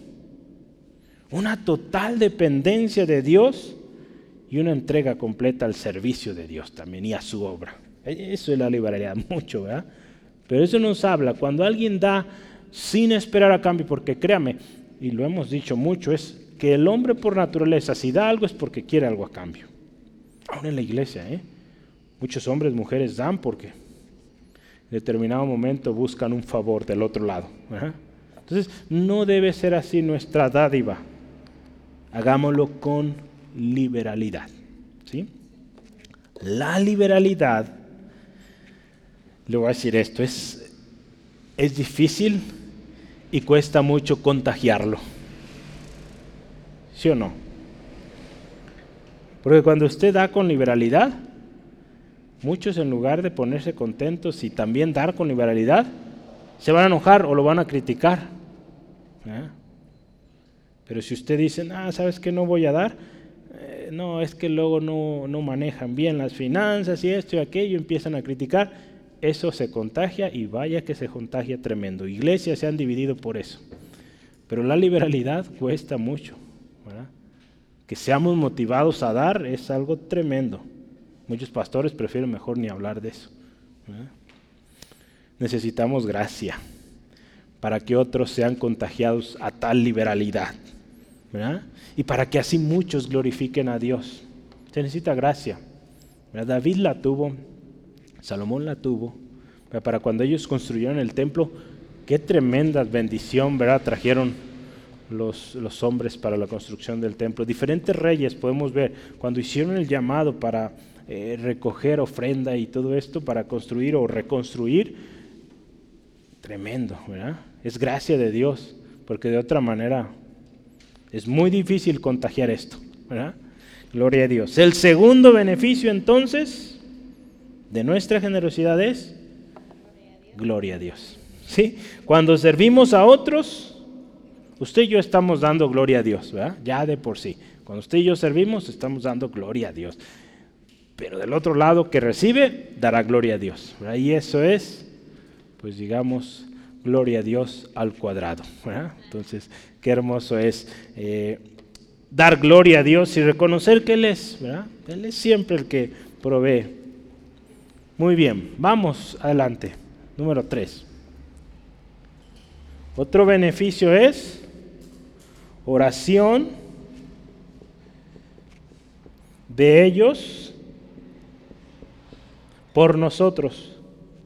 una total dependencia de Dios y una entrega completa al servicio de Dios también y a su obra. Eso es la liberalidad, mucho, ¿verdad? Pero eso nos habla, cuando alguien da sin esperar a cambio, porque créame, y lo hemos dicho mucho, es que el hombre por naturaleza, si da algo es porque quiere algo a cambio. Aún en la iglesia, muchos hombres, mujeres dan porque en determinado momento buscan un favor del otro lado. Entonces, no debe ser así nuestra dádiva. Hagámoslo con liberalidad, ¿sí? La liberalidad, le voy a decir esto, es difícil y cuesta mucho contagiarlo. ¿Sí o no? Porque cuando usted da con liberalidad, muchos en lugar de ponerse contentos y también dar con liberalidad, se van a enojar o lo van a criticar. Pero si usted dice, ¿sabes qué? No voy a dar. No, es que luego no manejan bien las finanzas y esto y aquello, empiezan a criticar. Eso se contagia y vaya que se contagia tremendo. Iglesias se han dividido por eso. Pero la liberalidad cuesta mucho, ¿verdad? Que seamos motivados a dar es algo tremendo. Muchos pastores prefieren mejor ni hablar de eso, ¿verdad? Necesitamos gracia para que otros sean contagiados a tal liberalidad, ¿verdad? Y para que así muchos glorifiquen a Dios. Se necesita gracia, ¿verdad? David la tuvo, Salomón la tuvo, pero para cuando ellos construyeron el templo, qué tremenda bendición, ¿verdad? Trajeron los hombres para la construcción del templo. Diferentes reyes podemos ver cuando hicieron el llamado para recoger ofrenda y todo esto para construir o reconstruir, tremendo, ¿verdad? Es gracia de Dios, porque de otra manera es muy difícil contagiar esto, ¿verdad? Gloria a Dios. El segundo beneficio entonces de nuestra generosidad es gloria a Dios. ¿Sí? Cuando servimos a otros, usted y yo estamos dando gloria a Dios, ¿verdad? Ya de por sí. Cuando usted y yo servimos, estamos dando gloria a Dios. Pero del otro lado, que recibe, dará gloria a Dios, ¿verdad? Y eso es, pues digamos, gloria a Dios al cuadrado, ¿verdad? Entonces, qué hermoso es dar gloria a Dios y reconocer que Él es, ¿verdad? Él es siempre el que provee. Muy bien, vamos adelante. Número 3. Otro beneficio es oración de ellos por nosotros.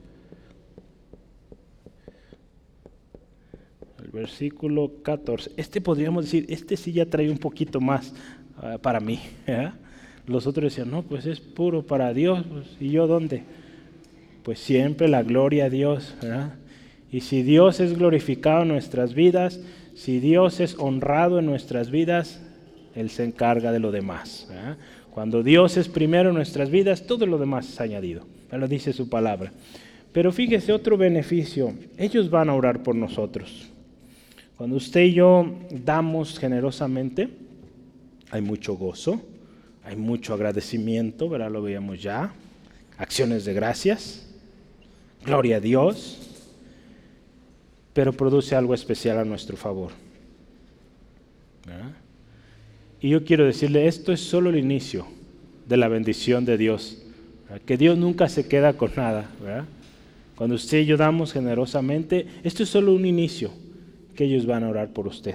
El versículo 14. Podríamos decir, sí ya trae un poquito más para mí, ¿verdad? Los otros decían, no, pues es puro para Dios, pues, ¿y yo dónde? Pues siempre la gloria a Dios, ¿verdad? Y si Dios es glorificado en nuestras vidas, si Dios es honrado en nuestras vidas, Él se encarga de lo demás, ¿verdad? Cuando Dios es primero en nuestras vidas, todo lo demás es añadido. Lo dice su palabra. Pero fíjese, otro beneficio, ellos van a orar por nosotros. Cuando usted y yo damos generosamente, hay mucho gozo, hay mucho agradecimiento, ¿verdad? Lo veíamos ya, acciones de gracias, gloria a Dios, pero produce algo especial a nuestro favor, ¿verdad? Y yo quiero decirle, esto es solo el inicio de la bendición de Dios, ¿verdad? Que Dios nunca se queda con nada, ¿verdad? Cuando usted y yo damos generosamente, esto es solo un inicio, que ellos van a orar por usted.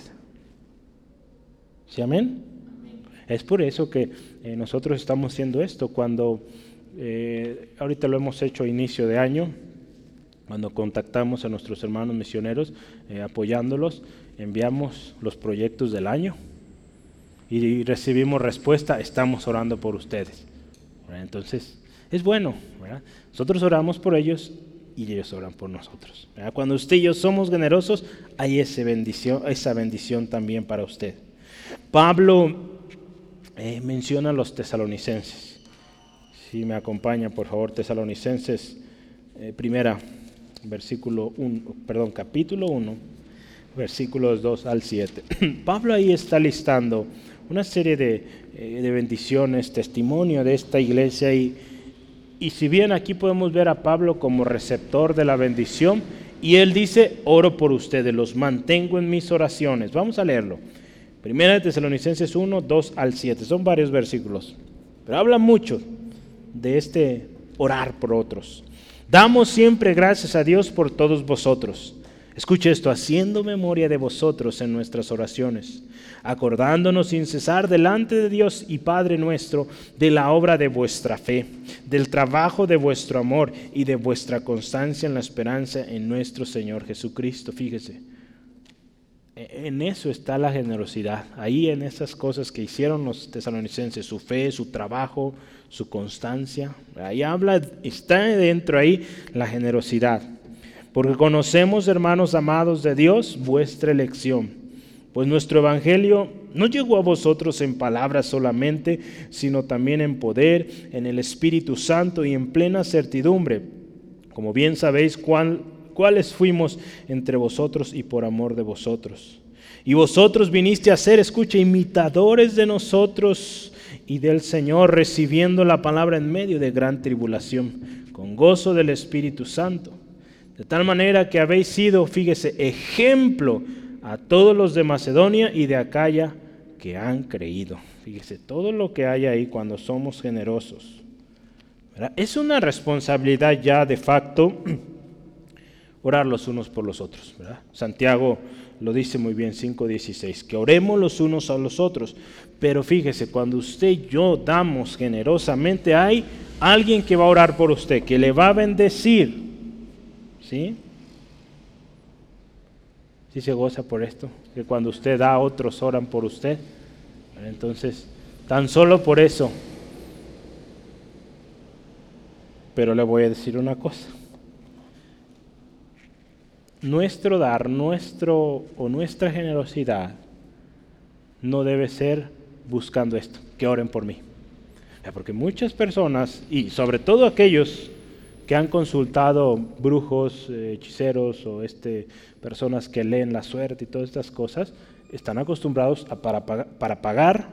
¿Sí, amén? Es por eso que nosotros estamos haciendo esto. Cuando ahorita lo hemos hecho a inicio de año, cuando contactamos a nuestros hermanos misioneros, apoyándolos, enviamos los proyectos del año y recibimos respuesta, estamos orando por ustedes, ¿verdad? Entonces, es bueno, ¿verdad? Nosotros oramos por ellos y ellos oran por nosotros, ¿verdad? Cuando usted y yo somos generosos, hay esa bendición también para usted. Pablo menciona a los tesalonicenses. Si me acompaña, por favor, Tesalonicenses, capítulo 1, versículos 2 al 7. Pablo ahí está listando una serie de bendiciones, testimonio de esta iglesia, y si bien aquí podemos ver a Pablo como receptor de la bendición, y él dice, oro por ustedes, los mantengo en mis oraciones. Vamos a leerlo. Primera de Tesalonicenses 1, 2 al 7. Son varios versículos, pero habla mucho de este orar por otros. Damos siempre gracias a Dios por todos vosotros. Escuche esto, haciendo memoria de vosotros en nuestras oraciones, acordándonos sin cesar delante de Dios y Padre nuestro de la obra de vuestra fe, del trabajo de vuestro amor y de vuestra constancia en la esperanza en nuestro Señor Jesucristo. Fíjese, en eso está la generosidad, ahí en esas cosas que hicieron los tesalonicenses, su fe, su trabajo, su constancia. Ahí está dentro ahí la generosidad. Porque conocemos, hermanos amados de Dios, vuestra elección, pues nuestro evangelio no llegó a vosotros en palabras solamente, sino también en poder, en el Espíritu Santo y en plena certidumbre, como bien sabéis cuáles fuimos entre vosotros y por amor de vosotros. Y vosotros viniste a ser, escucha, imitadores de nosotros y del Señor, recibiendo la palabra en medio de gran tribulación, con gozo del Espíritu Santo. De tal manera que habéis sido, fíjese, ejemplo a todos los de Macedonia y de Acaya que han creído. Fíjese, todo lo que hay ahí cuando somos generosos, ¿verdad? Es una responsabilidad ya de facto orar los unos por los otros, ¿verdad? Santiago lo dice muy bien, 5:16, que oremos los unos a los otros. Pero fíjese, cuando usted y yo damos generosamente, hay alguien que va a orar por usted, que le va a bendecir. ¿Sí? ¿Sí se goza por esto? Que cuando usted da, otros oran por usted. Entonces, tan solo por eso. Pero le voy a decir una cosa. Nuestro dar, nuestra generosidad no debe ser buscando esto, que oren por mí. Porque muchas personas, y sobre todo aquellos que han consultado brujos, hechiceros o personas que leen la suerte y todas estas cosas, están acostumbrados a pagar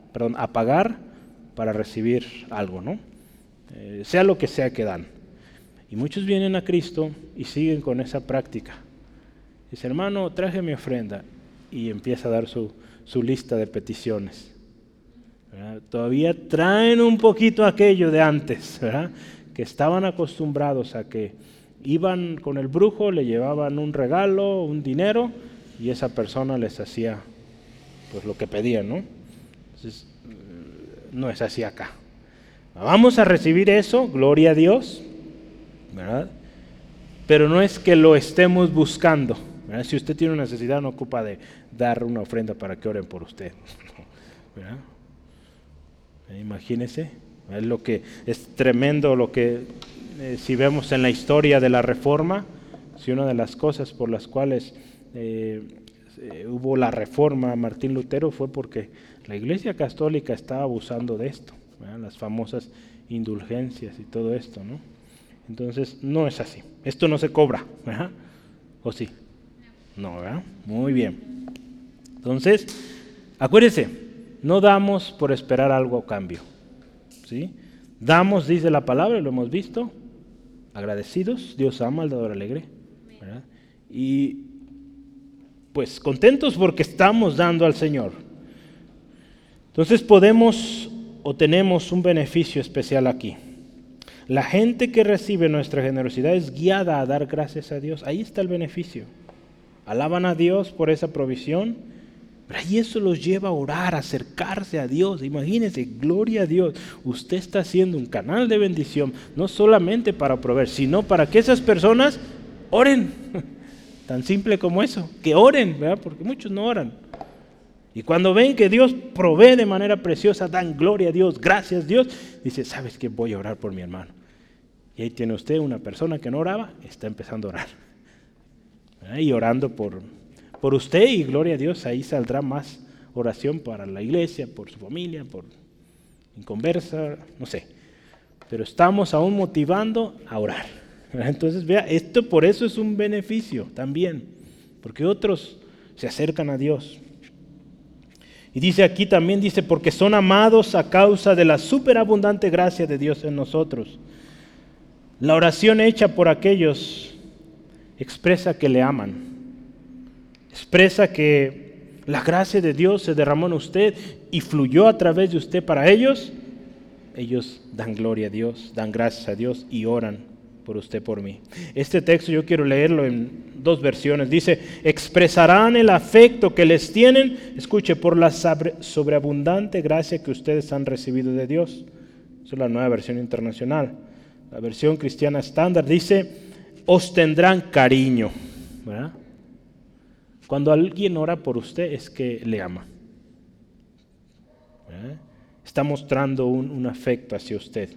para recibir algo, ¿no? Sea lo que sea que dan. Y muchos vienen a Cristo y siguen con esa práctica. Dice, hermano, traje mi ofrenda, y empieza a dar su lista de peticiones, ¿verdad? Todavía traen un poquito aquello de antes, ¿verdad? Que estaban acostumbrados a que iban con el brujo, le llevaban un regalo, un dinero, y esa persona les hacía pues lo que pedían, ¿no? Entonces, no es así acá. Vamos a recibir eso, gloria a Dios, ¿verdad? Pero no es que lo estemos buscando, ¿verdad? Si usted tiene una necesidad, no ocupa de dar una ofrenda para que oren por usted, ¿verdad? Imagínese. Es tremendo lo que, si vemos en la historia de la Reforma, si una de las cosas por las cuales hubo la reforma Martín Lutero, fue porque la Iglesia Católica estaba abusando de esto, ¿verdad? Las famosas indulgencias y todo esto, ¿no? Entonces, no es así. Esto no se cobra, ¿verdad? ¿O sí? No, ¿verdad? Muy bien. Entonces, acuérdense, no damos por esperar algo a cambio, ¿sí? Damos, dice la palabra, lo hemos visto, agradecidos. Dios ama al dador alegre, ¿verdad? Y pues contentos porque estamos dando al Señor. Entonces podemos o tenemos un beneficio especial aquí. La gente que recibe nuestra generosidad es guiada a dar gracias a Dios. Ahí está el beneficio. Alaban a Dios por esa provisión, y eso los lleva a orar, a acercarse a Dios. Imagínense, gloria a Dios. Usted está haciendo un canal de bendición, no solamente para proveer, sino para que esas personas oren. Tan simple como eso, que oren, ¿verdad? Porque muchos no oran. Y cuando ven que Dios provee de manera preciosa, dan gloria a Dios, gracias Dios, dice, ¿sabes qué? Voy a orar por mi hermano. Y ahí tiene usted una persona que no oraba, está empezando a orar, ¿verdad? Y orando por usted, y gloria a Dios, ahí saldrá más oración para la iglesia, por su familia, por inconversa, no sé. Pero estamos aún motivando a orar, ¿verdad? Entonces, vea, esto por eso es un beneficio también, porque otros se acercan a Dios. Y dice aquí también, dice, porque son amados a causa de la superabundante gracia de Dios en nosotros. La oración hecha por aquellos expresa que le aman. Expresa que la gracia de Dios se derramó en usted y fluyó a través de usted para ellos. Ellos dan gloria a Dios, dan gracias a Dios y oran por usted, por mí. Este texto yo quiero leerlo en dos versiones. Dice, expresarán el afecto que les tienen, escuche, por la sobreabundante gracia que ustedes han recibido de Dios. Esa es la Nueva Versión Internacional. La versión cristiana estándar dice, os tendrán cariño, ¿verdad? Cuando alguien ora por usted es que le ama, ¿verdad? Está mostrando un afecto hacia usted.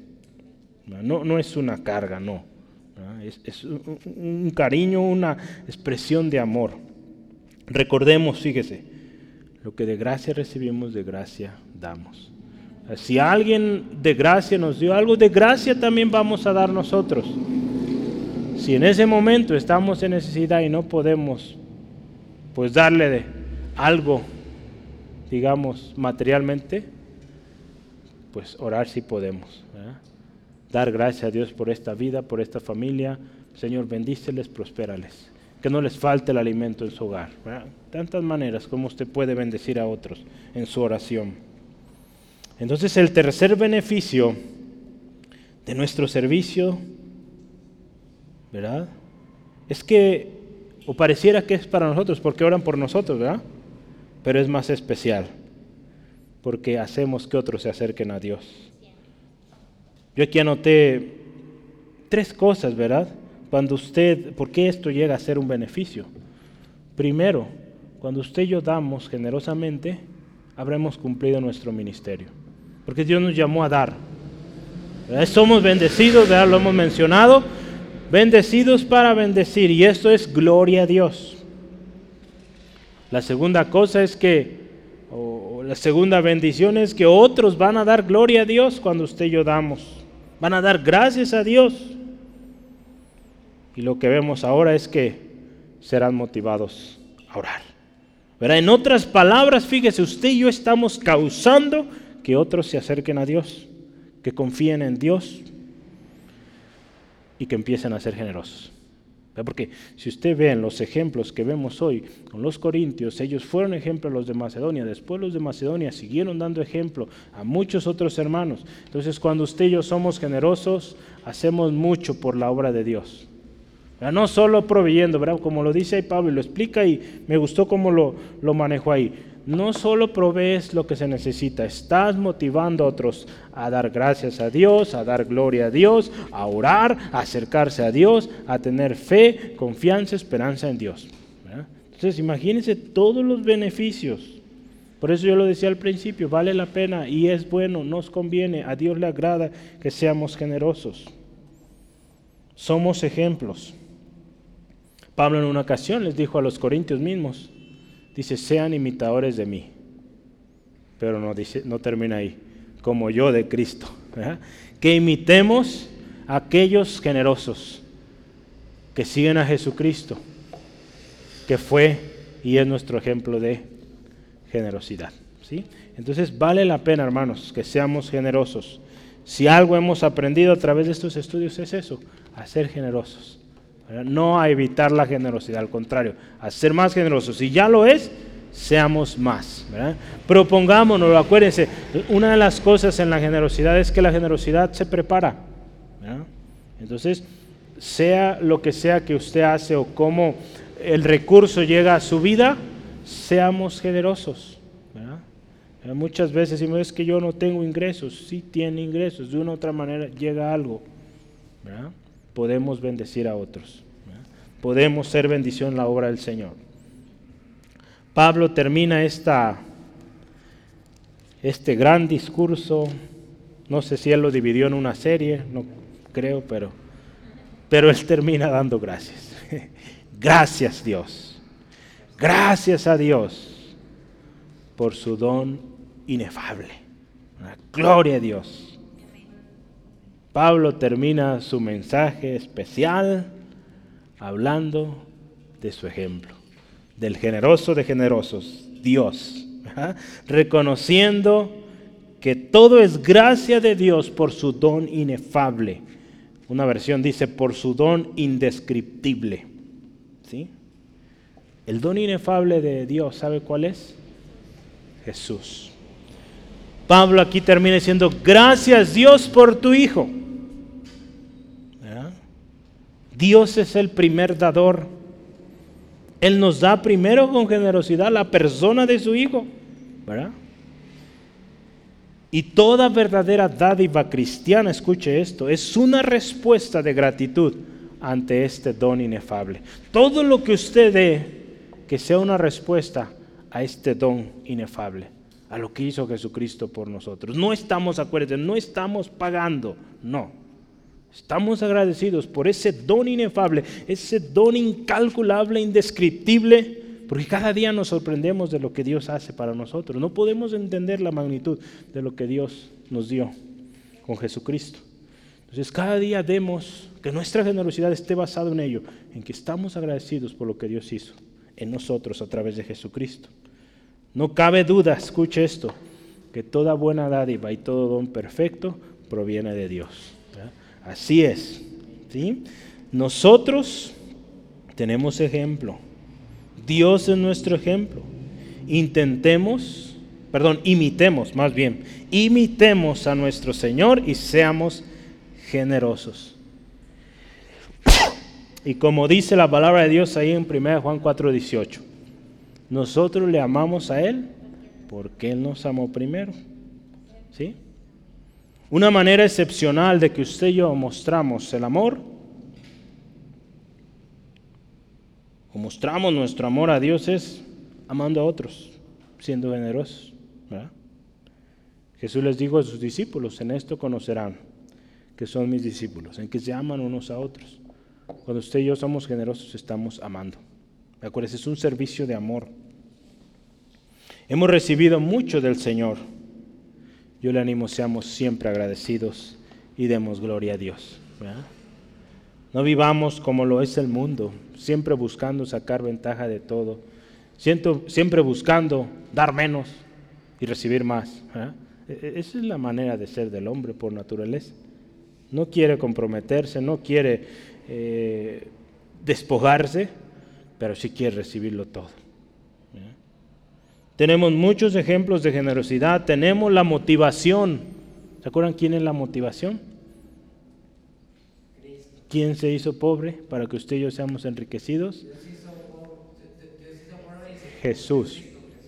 No es una carga, no. Es un cariño, una expresión de amor. Recordemos, fíjese, lo que de gracia recibimos, de gracia damos. Si alguien de gracia nos dio algo, de gracia también vamos a dar nosotros. Si en ese momento estamos en necesidad y no podemos, pues darle de algo, digamos, materialmente, pues orar sí podemos, ¿verdad? Dar gracias a Dios por esta vida, por esta familia. Señor, bendíceles, prospérales. Que no les falte el alimento en su hogar, ¿verdad? Tantas maneras como usted puede bendecir a otros en su oración. Entonces, el tercer beneficio de nuestro servicio, ¿verdad? Es que, o pareciera que es para nosotros, porque oran por nosotros, ¿verdad? Pero es más especial, porque hacemos que otros se acerquen a Dios. Yo aquí anoté 3 cosas, ¿verdad? ¿Por qué esto llega a ser un beneficio? Primero, cuando usted y yo damos generosamente, habremos cumplido nuestro ministerio. Porque Dios nos llamó a dar, ¿verdad? Somos bendecidos, ¿verdad? Lo hemos mencionado. Bendecidos para bendecir, y esto es gloria a Dios. La segunda cosa es que, la segunda bendición es que otros van a dar gloria a Dios cuando usted y yo damos. Van a dar gracias a Dios. Y lo que vemos ahora es que serán motivados a orar, ¿verdad? En otras palabras, fíjese, usted y yo estamos causando que otros se acerquen a Dios, que confíen en Dios y que empiecen a ser generosos. Porque si usted ve en los ejemplos que vemos hoy con los corintios, ellos fueron ejemplo a los de Macedonia, después los de Macedonia siguieron dando ejemplo a muchos otros hermanos. Entonces, cuando usted y yo somos generosos, hacemos mucho por la obra de Dios, ¿verdad? No solo proveyendo, ¿verdad? Como lo dice ahí Pablo y lo explica, y me gustó cómo lo manejó ahí. No solo provees lo que se necesita, estás motivando a otros a dar gracias a Dios, a dar gloria a Dios, a orar, a acercarse a Dios, a tener fe, confianza, esperanza en Dios, ¿verdad? Entonces imagínense todos los beneficios. Por eso yo lo decía al principio, vale la pena y es bueno, nos conviene, a Dios le agrada que seamos generosos. Somos ejemplos. Pablo en una ocasión les dijo a los corintios mismos, Dice, sean imitadores de mí. Pero no dice, no termina ahí, como yo de Cristo. ¿Verdad? Que imitemos a aquellos generosos que siguen a Jesucristo, que fue y es nuestro ejemplo de generosidad. ¿Sí? Entonces vale la pena, hermanos, que seamos generosos. Si algo hemos aprendido a través de estos estudios es eso, a ser generosos. ¿Verdad? No a evitar la generosidad, al contrario, a ser más generosos. Si ya lo es, seamos más. ¿Verdad? Propongámonos, acuérdense, una de las cosas en la generosidad es que la generosidad se prepara. ¿Verdad? Entonces, sea lo que sea que usted hace o cómo el recurso llega a su vida, seamos generosos. ¿Verdad? Muchas veces decimos, es que yo no tengo ingresos. Sí tiene ingresos, de una u otra manera llega algo. ¿Verdad? Podemos bendecir a otros. ¿Verdad? Podemos ser bendición en la obra del Señor. Pablo termina este gran discurso, no sé si él lo dividió en una serie, no creo, pero él termina dando gracias. Gracias Dios, gracias a Dios por su don inefable. Gloria a Dios. Pablo termina su mensaje especial hablando de su ejemplo, del generoso de generosos, Dios, ¿verdad? Reconociendo que todo es gracia de Dios por su don inefable. Una versión dice por su don indescriptible. ¿Sí? El don inefable de Dios, ¿sabe cuál es? Jesús. Pablo aquí termina diciendo, gracias Dios por tu Hijo. ¿Verdad? Dios es el primer dador. Él nos da primero con generosidad la persona de su Hijo, ¿verdad? Y toda verdadera dádiva cristiana, escuche esto, es una respuesta de gratitud ante este don inefable. Todo lo que usted dé, que sea una respuesta a este don inefable, a lo que hizo Jesucristo por nosotros. No estamos, acuérdense, no estamos pagando, no. Estamos agradecidos por ese don inefable, ese don incalculable, indescriptible, porque cada día nos sorprendemos de lo que Dios hace para nosotros. No podemos entender la magnitud de lo que Dios nos dio con Jesucristo. Entonces cada día demos que nuestra generosidad esté basada en ello, en que estamos agradecidos por lo que Dios hizo en nosotros a través de Jesucristo. No cabe duda, escuche esto, que toda buena dádiva y todo don perfecto proviene de Dios. ¿Verdad? Así es, ¿sí? Nosotros tenemos ejemplo. Dios es nuestro ejemplo. Imitemos a nuestro Señor y seamos generosos. Y como dice la palabra de Dios ahí en 1 Juan 4:18, nosotros le amamos a Él porque Él nos amó primero. ¿Sí? Una manera excepcional de que usted y yo mostramos el amor, o mostramos nuestro amor a Dios, es amando a otros, siendo generosos. ¿Verdad? Jesús les dijo a sus discípulos, en esto conocerán que son mis discípulos, en que se aman unos a otros. Cuando usted y yo somos generosos, estamos amando. Acuérdense, es un servicio de amor. Hemos recibido mucho del Señor. Yo le animo, seamos siempre agradecidos y demos gloria a Dios. ¿Verdad? No vivamos como lo es el mundo, siempre buscando sacar ventaja de todo, siempre buscando dar menos y recibir más. ¿Verdad? Esa es la manera de ser del hombre por naturaleza. No quiere comprometerse, no quiere despojarse, pero sí quiere recibirlo todo. ¿Verdad? Tenemos muchos ejemplos de generosidad, tenemos la motivación. ¿Se acuerdan quién es la motivación? Cristo. ¿Quién se hizo pobre para que usted y yo seamos enriquecidos? Dios hizo pobre y se Jesús.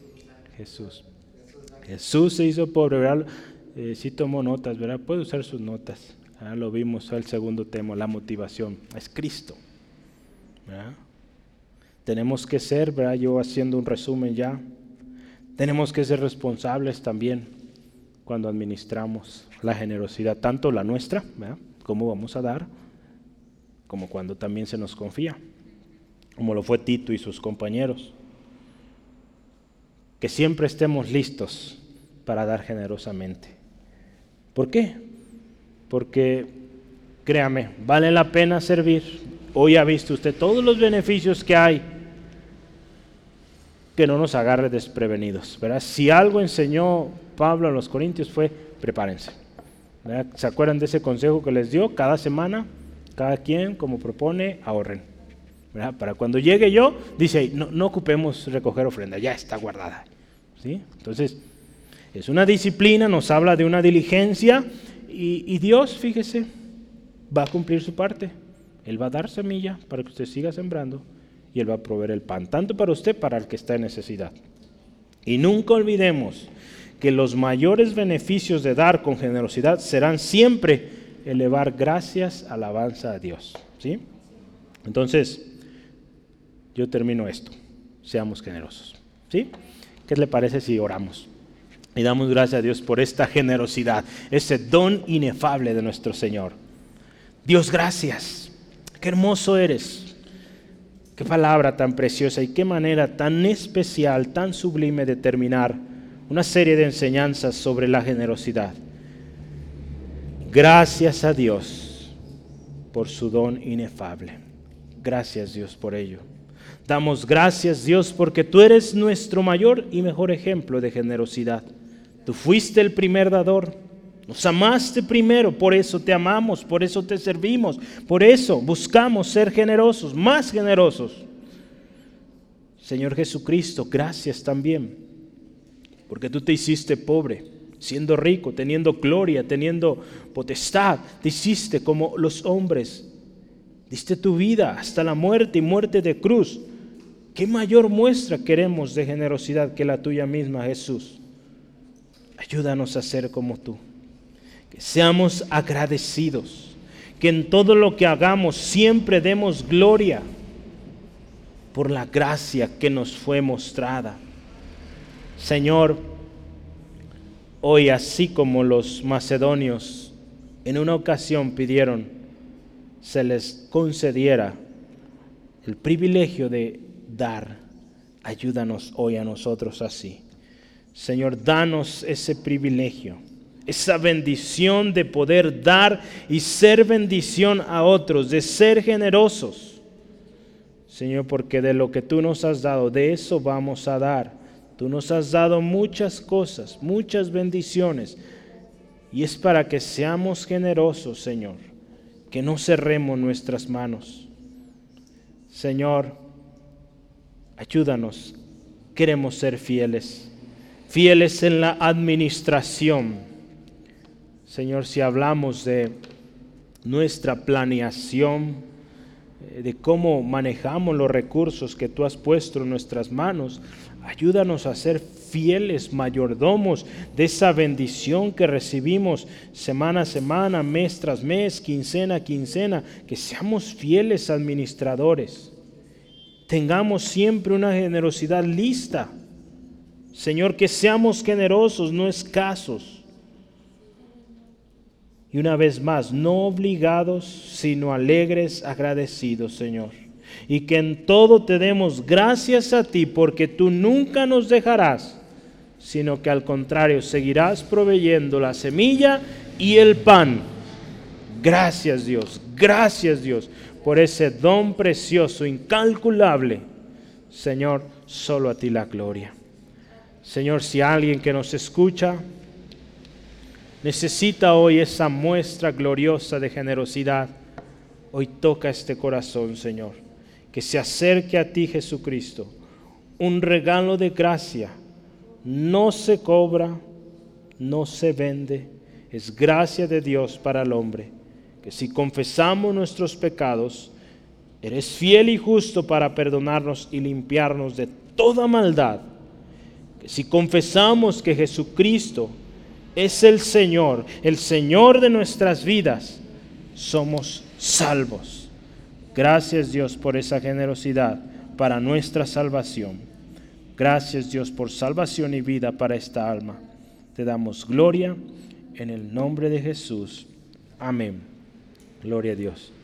Jesús se hizo pobre, ¿verdad? Sí tomó notas, ¿verdad? Puede usar sus notas. Lo vimos, fue el segundo tema, la motivación. Es Cristo. ¿Verdad? Tenemos que ser, ¿verdad? Yo haciendo un resumen ya. Tenemos que ser responsables también cuando administramos la generosidad, tanto la nuestra, ¿verdad? Cómo vamos a dar, como cuando también se nos confía, como lo fue Tito y sus compañeros. que siempre estemos listos para dar generosamente. ¿Por qué? Porque, créame, vale la pena servir. Hoy ha visto usted todos los beneficios que hay. Que no nos agarre desprevenidos, ¿verdad? Si algo enseñó Pablo a los Corintios fue, prepárense, ¿verdad? ¿Se acuerdan de ese consejo que les dio? Cada semana, cada quien, como propone, ahorren, ¿verdad? Para cuando llegue yo, dice, no ocupemos recoger ofrenda, ya está guardada, ¿sí? Entonces, es una disciplina, nos habla de una diligencia, y Dios, fíjese, va a cumplir su parte. Él va a dar semilla para que usted siga sembrando, y Él va a proveer el pan, tanto para usted, para el que está en necesidad. Y nunca olvidemos que los mayores beneficios de dar con generosidad serán siempre elevar gracias, alabanza a Dios, ¿sí? Entonces, yo termino esto. Seamos generosos, ¿sí? ¿Qué le parece si oramos? Y damos gracias a Dios por esta generosidad, ese don inefable de nuestro Señor. Dios, gracias. Qué hermoso eres. Qué palabra tan preciosa y qué manera tan especial, tan sublime de terminar una serie de enseñanzas sobre la generosidad. Gracias a Dios por su don inefable. Gracias, Dios, por ello. Damos gracias, Dios, porque tú eres nuestro mayor y mejor ejemplo de generosidad. Tú fuiste el primer dador. Nos amaste primero, por eso te amamos, por eso te servimos, por eso buscamos ser generosos, más generosos. Señor Jesucristo, gracias también, porque tú te hiciste pobre, siendo rico, teniendo gloria, teniendo potestad, te hiciste como los hombres, diste tu vida hasta la muerte y muerte de cruz. ¿Qué mayor muestra queremos de generosidad que la tuya misma, Jesús? Ayúdanos a ser como tú. Que seamos agradecidos, que en todo lo que hagamos siempre demos gloria por la gracia que nos fue mostrada. Señor, hoy así como los macedonios en una ocasión pidieron, se les concediera el privilegio de dar, ayúdanos hoy a nosotros así. Señor, danos ese privilegio, esa bendición de poder dar y ser bendición a otros, de ser generosos. Señor, porque de lo que tú nos has dado, de eso vamos a dar. Tú nos has dado muchas cosas, muchas bendiciones, y es para que seamos generosos, Señor, que no cerremos nuestras manos. Señor, ayúdanos, queremos ser fieles, fieles en la administración. Señor, si hablamos de nuestra planeación, de cómo manejamos los recursos que tú has puesto en nuestras manos, ayúdanos a ser fieles mayordomos de esa bendición que recibimos semana a semana, mes tras mes, quincena a quincena, que seamos fieles administradores. Tengamos siempre una generosidad lista. Señor, que seamos generosos, no escasos. Y una vez más, no obligados, sino alegres, agradecidos, Señor. Y que en todo te demos gracias a ti, porque tú nunca nos dejarás, sino que al contrario, seguirás proveyendo la semilla y el pan. Gracias, Dios, por ese don precioso, incalculable. Señor, solo a ti la gloria. Señor, si alguien que nos escucha necesita hoy esa muestra gloriosa de generosidad, hoy toca este corazón, Señor, que se acerque a ti, Jesucristo. Un regalo de gracia, no se cobra, no se vende, es gracia de Dios para el hombre, que si confesamos nuestros pecados, eres fiel y justo para perdonarnos y limpiarnos de toda maldad. Que si confesamos que Jesucristo es el Señor de nuestras vidas, somos salvos. Gracias, Dios, por esa generosidad para nuestra salvación. Gracias, Dios, por salvación y vida para esta alma. Te damos gloria en el nombre de Jesús. Amén. Gloria a Dios.